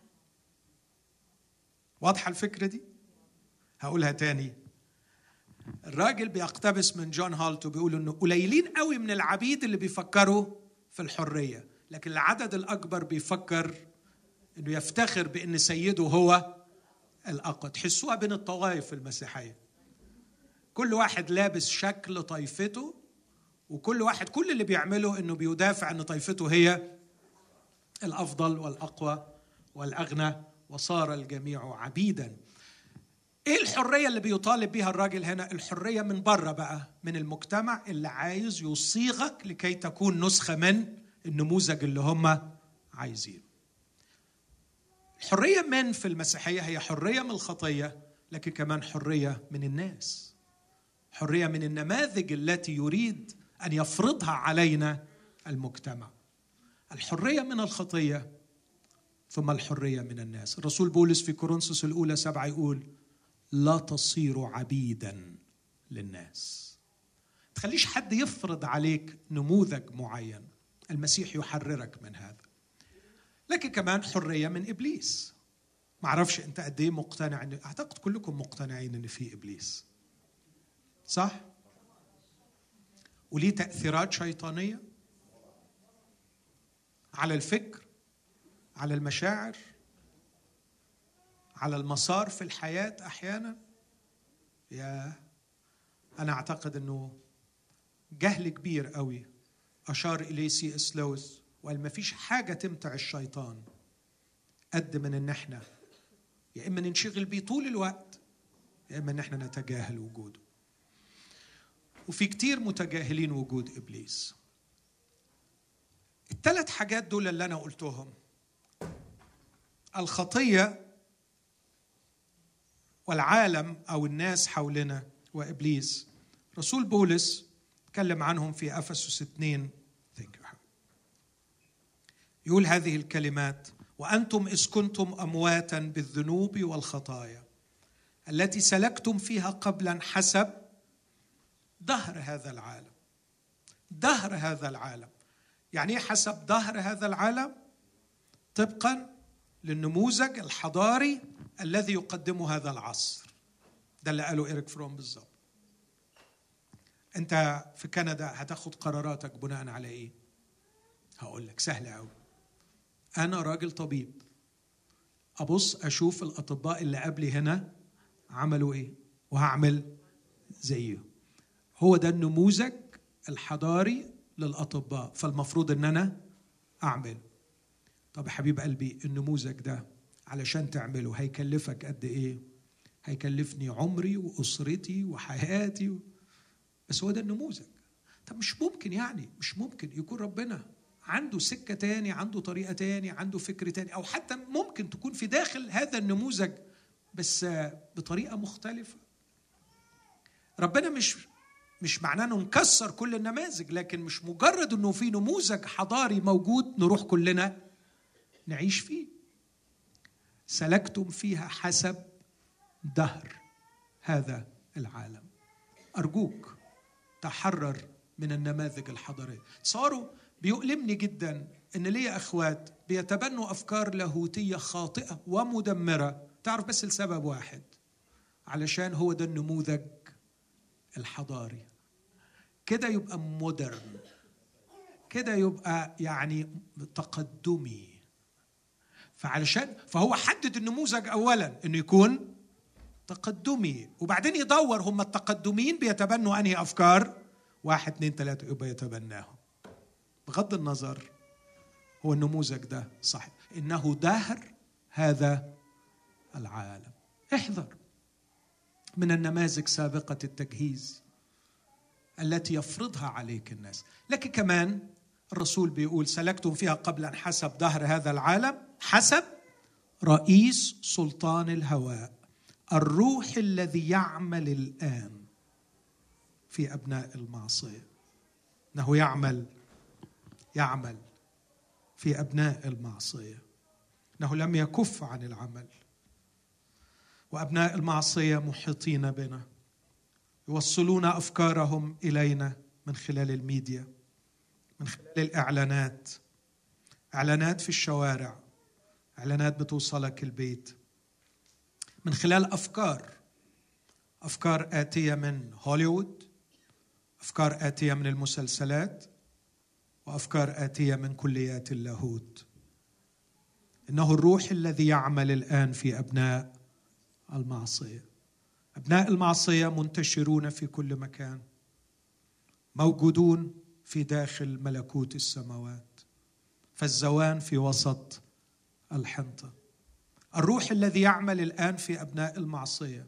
واضحة الفكرة دي؟ هقولها تاني. الراجل بيقتبس من جون هولت وبيقول إنه قليلين قوي من العبيد اللي بيفكروا في الحرية، لكن العدد الأكبر بيفكر إنه يفتخر بأن سيده هو الأقوى. تحسوها بين الطوائف المسيحية، كل واحد لابس شكل طائفته، وكل واحد كل اللي بيعمله إنه بيدافع أن طائفته هي الأفضل والأقوى والأغنى، وصار الجميع عبيدا. إيه الحرية اللي بيطالب بها الراجل هنا؟ الحرية من بره بقى، من المجتمع اللي عايز يصيغك لكي تكون نسخة من النموذج اللي هم عايزينه. الحرية من في المسيحية هي حرية من الخطية، لكن كمان حرية من الناس، حرية من النماذج التي يريد أن يفرضها علينا المجتمع. الحرية من الخطية ثم الحرية من الناس. الرسول بولس في كورنثوس الأولى 7 يقول: لا تصيروا عبيدا للناس. تخليش حد يفرض عليك نموذج معين، المسيح يحررك من هذا. لكن كمان حرية من إبليس. معرفش أنت قد إيه مقتنع، أعتقد كلكم مقتنعين أن في إبليس، صح؟ وليه تأثيرات شيطانية على الفكر، على المشاعر، على المسار في الحياة أحيانا. أنا أعتقد أنه جهل كبير قوي أشار إليه سي اس لويس، وقال ما فيش حاجة تمتع الشيطان قد من إن إحنا يا إما ننشغل بيه طول الوقت، يا إما إن إحنا نتجاهل وجوده. وفي كتير متجاهلين وجود إبليس. الثلاث حاجات دول اللي أنا قلتهم، الخطية والعالم أو الناس حولنا وإبليس، رسول بولس تكلم عنهم في أفسس 2. يقول هذه الكلمات: وأنتم إذ كنتم أمواتا بالذنوب والخطايا التي سلكتم فيها قبلا حسب دهر هذا العالم. دهر هذا العالم يعني إيه حسب دهر هذا العالم؟ طبقا للنموذج الحضاري الذي يقدمه هذا العصر. ده اللي قاله إريك فروم بالضبط. أنت في كندا هتاخد قراراتك بناء على إيه؟ هقول لك سهل قوي. أنا راجل طبيب، أبص أشوف الأطباء اللي قبلي هنا عملوا إيه وهعمل زيه. هو ده النموذج الحضاري للأطباء، فالمفروض أن أنا أعمل. طب يا حبيب قلبي، النموذج ده علشان تعمله هيكلفك قد إيه؟ هيكلفني عمري وأسرتي وحياتي بس هو ده النموذج. طب مش ممكن يكون ربنا عنده سكة تاني، عنده طريقة تاني، عنده فكر تاني، أو حتى ممكن تكون في داخل هذا النموذج بس بطريقة مختلفة. ربنا مش معناه انه نكسر كل النماذج، لكن مش مجرد انه في نموذج حضاري موجود نروح كلنا نعيش فيه. سلكتم فيها حسب دهر هذا العالم. أرجوك تحرر من النماذج الحضارية. تصوروا، بيؤلمني جدا إن ليا أخوات بيتبنوا أفكار لاهوتية خاطئة ومدمرة، تعرف بس لسبب واحد، علشان هو ده النموذج الحضاري. كده يبقى مودرن، كده يبقى يعني تقدمي. فهو حدد النموذج أولا إنه يكون تقدمي، وبعدين يدور هم التقدمين بيتبنوا أنهي أفكار، 1 2 3 يبقى يتبناهم. بغض النظر هو النموذج ده صحيح، إنه دهر هذا العالم. احذر من النماذج سابقة التجهيز التي يفرضها عليك الناس. لكن كمان الرسول بيقول سلكتم فيها قبلا حسب دهر هذا العالم، حسب رئيس سلطان الهواء، الروح الذي يعمل الآن في أبناء المعصية. إنه يعمل في أبناء المعصية، إنه لم يكف عن العمل. وأبناء المعصية محيطين بنا، يوصلون أفكارهم إلينا من خلال الميديا، من خلال الإعلانات، إعلانات في الشوارع، إعلانات بتوصلك البيت، من خلال أفكار آتية من هوليوود، أفكار آتية من المسلسلات، وأفكار آتية من كليات اللاهوت. إنه الروح الذي يعمل الآن في أبناء المعصية. أبناء المعصية منتشرون في كل مكان، موجودون في داخل ملكوت السماوات، فالزوان في وسط الحنطة. الروح الذي يعمل الآن في أبناء المعصية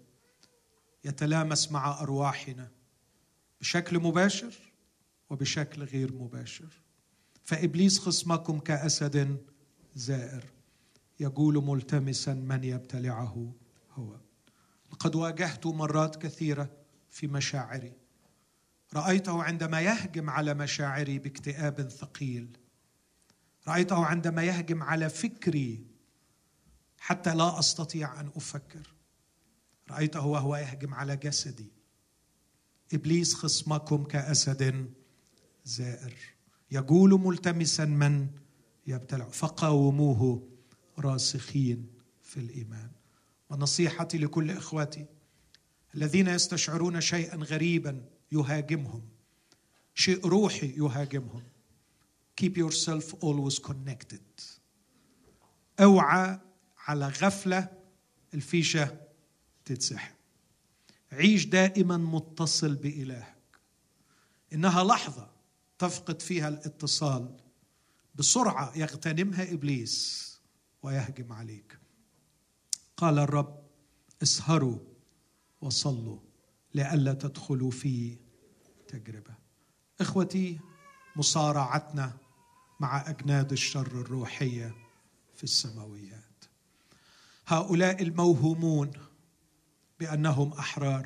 يتلامس مع أرواحنا بشكل مباشر وبشكل غير مباشر. فإبليس خصمكم كأسد زائر يجول ملتمسا من يبتلعه هو. لقد واجهت مرات كثيرة في مشاعري، رأيته عندما يهجم على مشاعري باكتئاب ثقيل، رأيته عندما يهجم على فكري حتى لا أستطيع أن أفكر، رأيته وهو يهجم على جسدي. إبليس خصمكم كأسد زائر يجول ملتمسا من يبتلع، فقاوموه راسخين في الإيمان. ونصيحتي لكل إخواتي الذين يستشعرون شيئا غريبا يهاجمهم، شيء روحي يهاجمهم، keep yourself always connected. اوعى على غفلة الفيشة تتسحب. عيش دائما متصل بإلهك. إنها لحظة تفقد فيها الاتصال، بسرعة يغتنمها إبليس ويهجم عليك. قال الرب اسهروا وصلوا لئلا تدخلوا في تجربة. إخوتي، مصارعتنا مع أجناد الشر الروحية في السماويات. هؤلاء الموهومون بأنهم أحرار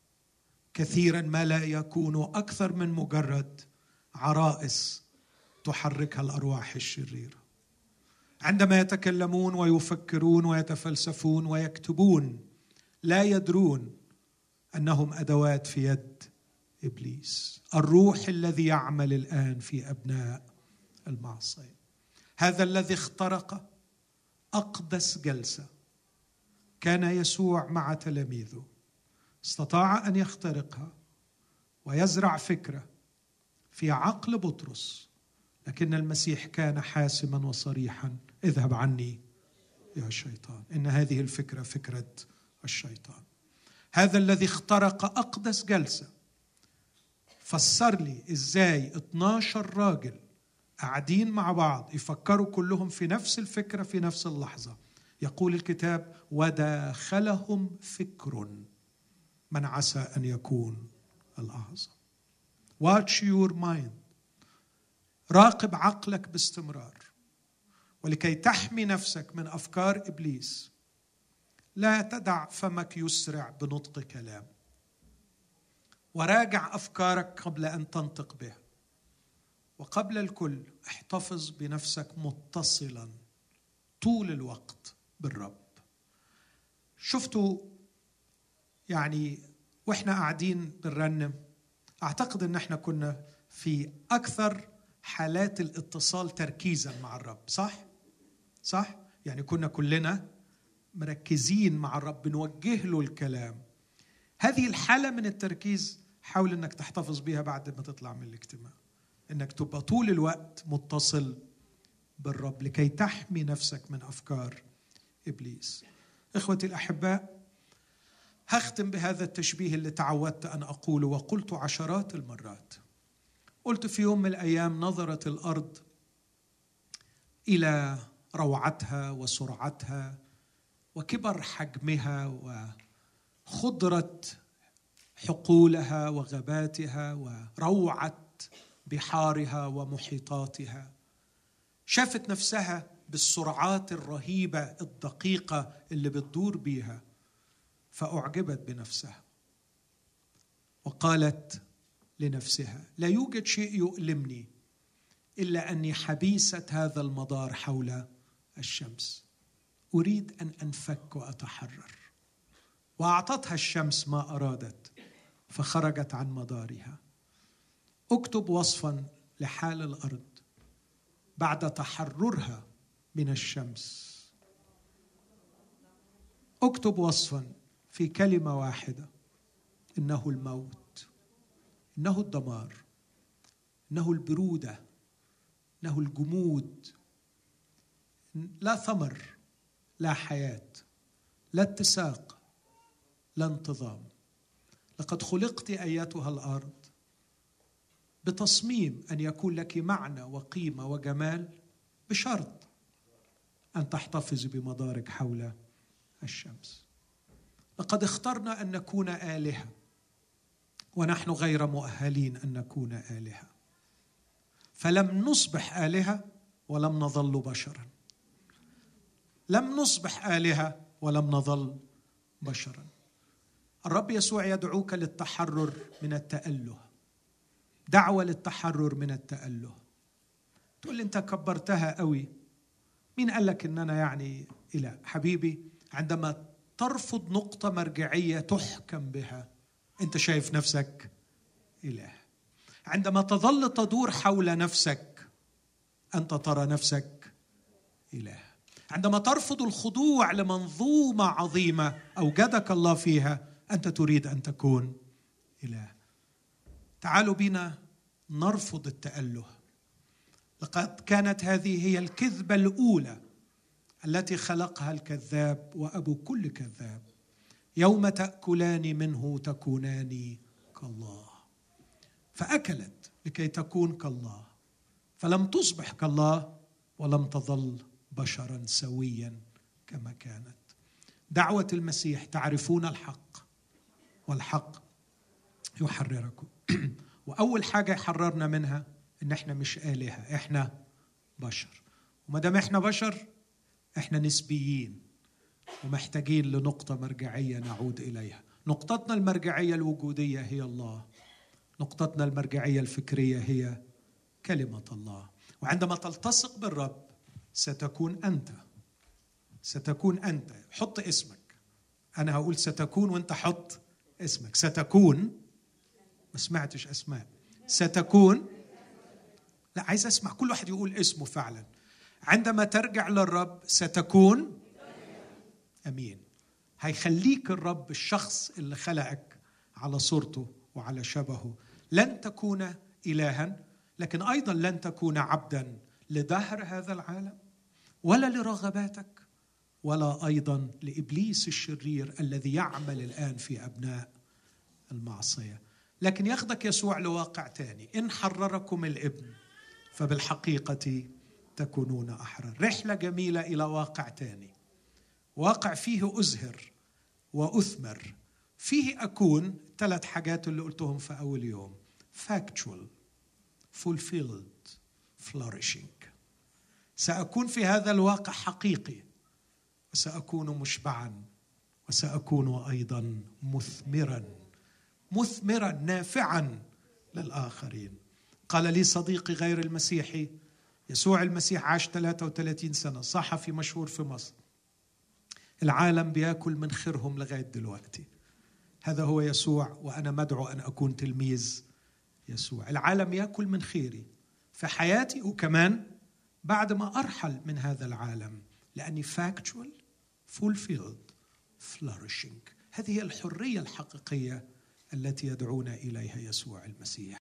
كثيرا ما لا يكونوا أكثر من مجرد عرائس تحركها الأرواح الشريرة. عندما يتكلمون ويفكرون ويتفلسفون ويكتبون لا يدرون أنهم أدوات في يد إبليس. الروح الذي يعمل الآن في أبناء المعصية، هذا الذي اخترق أقدس جلسة كان يسوع مع تلاميذه، استطاع أن يخترقها ويزرع فكرة في عقل بطرس، لكن المسيح كان حاسما وصريحا: اذهب عني يا شيطان. إن هذه الفكرة فكرة الشيطان. هذا الذي اخترق أقدس جلسة فسر لي إزاي 12 راجل قاعدين مع بعض يفكروا كلهم في نفس الفكرة في نفس اللحظة. يقول الكتاب: وداخلهم فكر من عسى أن يكون الأعظم. Watch your mind. راقب عقلك باستمرار، ولكي تحمي نفسك من أفكار إبليس لا تدع فمك يسرع بنطق كلام. وراجع أفكارك قبل أن تنطق بها. وقبل الكل احتفظ بنفسك متصلا طول الوقت بالرب. شفتوا يعني وإحنا قاعدين بنرنم، أعتقد أن احنا كنا في أكثر حالات الاتصال تركيزا مع الرب، صح؟ يعني كنا كلنا مركزين مع الرب، بنوجه له الكلام. هذه الحالة من التركيز حاول أنك تحتفظ بها بعد ما تطلع من الاجتماع، أنك تبقى طول الوقت متصل بالرب لكي تحمي نفسك من أفكار إبليس. إخوتي الأحباء، هختم بهذا التشبيه اللي تعودت أن أقوله وقلت عشرات المرات. قلت في يوم من الأيام نظرت الأرض إلى روعتها وسرعتها وكبر حجمها وخضرة حقولها وغاباتها وروعة بحارها ومحيطاتها. شافت نفسها بالسرعات الرهيبة الدقيقة اللي بتدور بيها، فأعجبت بنفسها وقالت لنفسها: لا يوجد شيء يؤلمني إلا أني حبيسة هذا المدار حول الشمس، أريد أن أنفك وأتحرر. وأعطتها الشمس ما أرادت فخرجت عن مدارها. اكتب وصفا لحال الأرض بعد تحررها من الشمس. اكتب وصفا في كلمة واحدة: إنه الموت، إنه الدمار، إنه البرودة، إنه الجمود، لا ثمر، لا حياة، لا اتساق، لا انتظام. لقد خلقت أيتها الأرض بتصميم أن يكون لك معنى وقيمة وجمال، بشرط أن تحتفظ بمدارك حول الشمس. لقد اخترنا أن نكون آلهة ونحن غير مؤهلين أن نكون آلهة، فلم نصبح آلهة ولم نظل بشرا. لم نصبح آلهة ولم نظل بشرا. الرب يسوع يدعوك للتحرر من التأله، دعوة للتحرر من التأله. تقول لي أنت كبرتها قوي، مين قال لك إن أنا يعني إله؟ حبيبي، عندما ترفض نقطة مرجعية تحكم بها أنت شايف نفسك إله. عندما تظل تدور حول نفسك أنت ترى نفسك إله. عندما ترفض الخضوع لمنظومة عظيمة أوجدك الله فيها أنت تريد أن تكون إله. تعالوا بنا نرفض التأله. لقد كانت هذه هي الكذبة الأولى التي خلقها الكذاب وأبو كل كذاب: يوم تأكلان منه تكونان كالله. فأكلت لكي تكون كالله، فلم تصبح كالله ولم تظل بشرا سويا كما كانت. دعوة المسيح: تعرفون الحق والحق يحرركم. وأول حاجة يحررنا منها إن إحنا مش آلهة، إحنا بشر. وما دام إحنا بشر إحنا نسبيين ومحتاجين لنقطة مرجعية نعود إليها. نقطتنا المرجعية الوجودية هي الله، نقطتنا المرجعية الفكرية هي كلمة الله. وعندما تلتصق بالرب ستكون أنت. حط اسمك، أنا هقول ستكون وأنت حط اسمك. ستكون، ما سمعتش أسماء، ستكون. لا، عايز أسمع كل واحد يقول اسمه فعلا. عندما ترجع للرب ستكون. أمين. هيخليك الرب الشخص اللي خلقك على صورته وعلى شبهه. لن تكون إلها، لكن أيضا لن تكون عبدا لدهر هذا العالم ولا لرغباتك ولا أيضا لإبليس الشرير الذي يعمل الآن في أبناء المعصية. لكن ياخدك يسوع لواقع تاني: إن حرركم الابن فبالحقيقة تكونون أحرار. رحلة جميلة إلى واقع تاني، واقع فيه أزهر وأثمر، فيه أكون 3 حاجات اللي قلتهم في أول يوم: factual, fulfilled, flourishing. سأكون في هذا الواقع حقيقي، وسأكون مشبعا، وسأكون أيضا مثمرا مثمرا نافعا للآخرين. قال لي صديقي غير المسيحي، يسوع المسيح عاش 33 سنة، صحفي مشهور في مصر، العالم بياكل من خيرهم لغاية دلوقتي. هذا هو يسوع، وأنا مدعو أن أكون تلميذ يسوع. العالم يأكل من خيري في حياتي، وكمان بعد ما أرحل من هذا العالم، لأني factual, fulfilled, flourishing. هذه الحرية الحقيقية التي يدعونا إليها يسوع المسيح.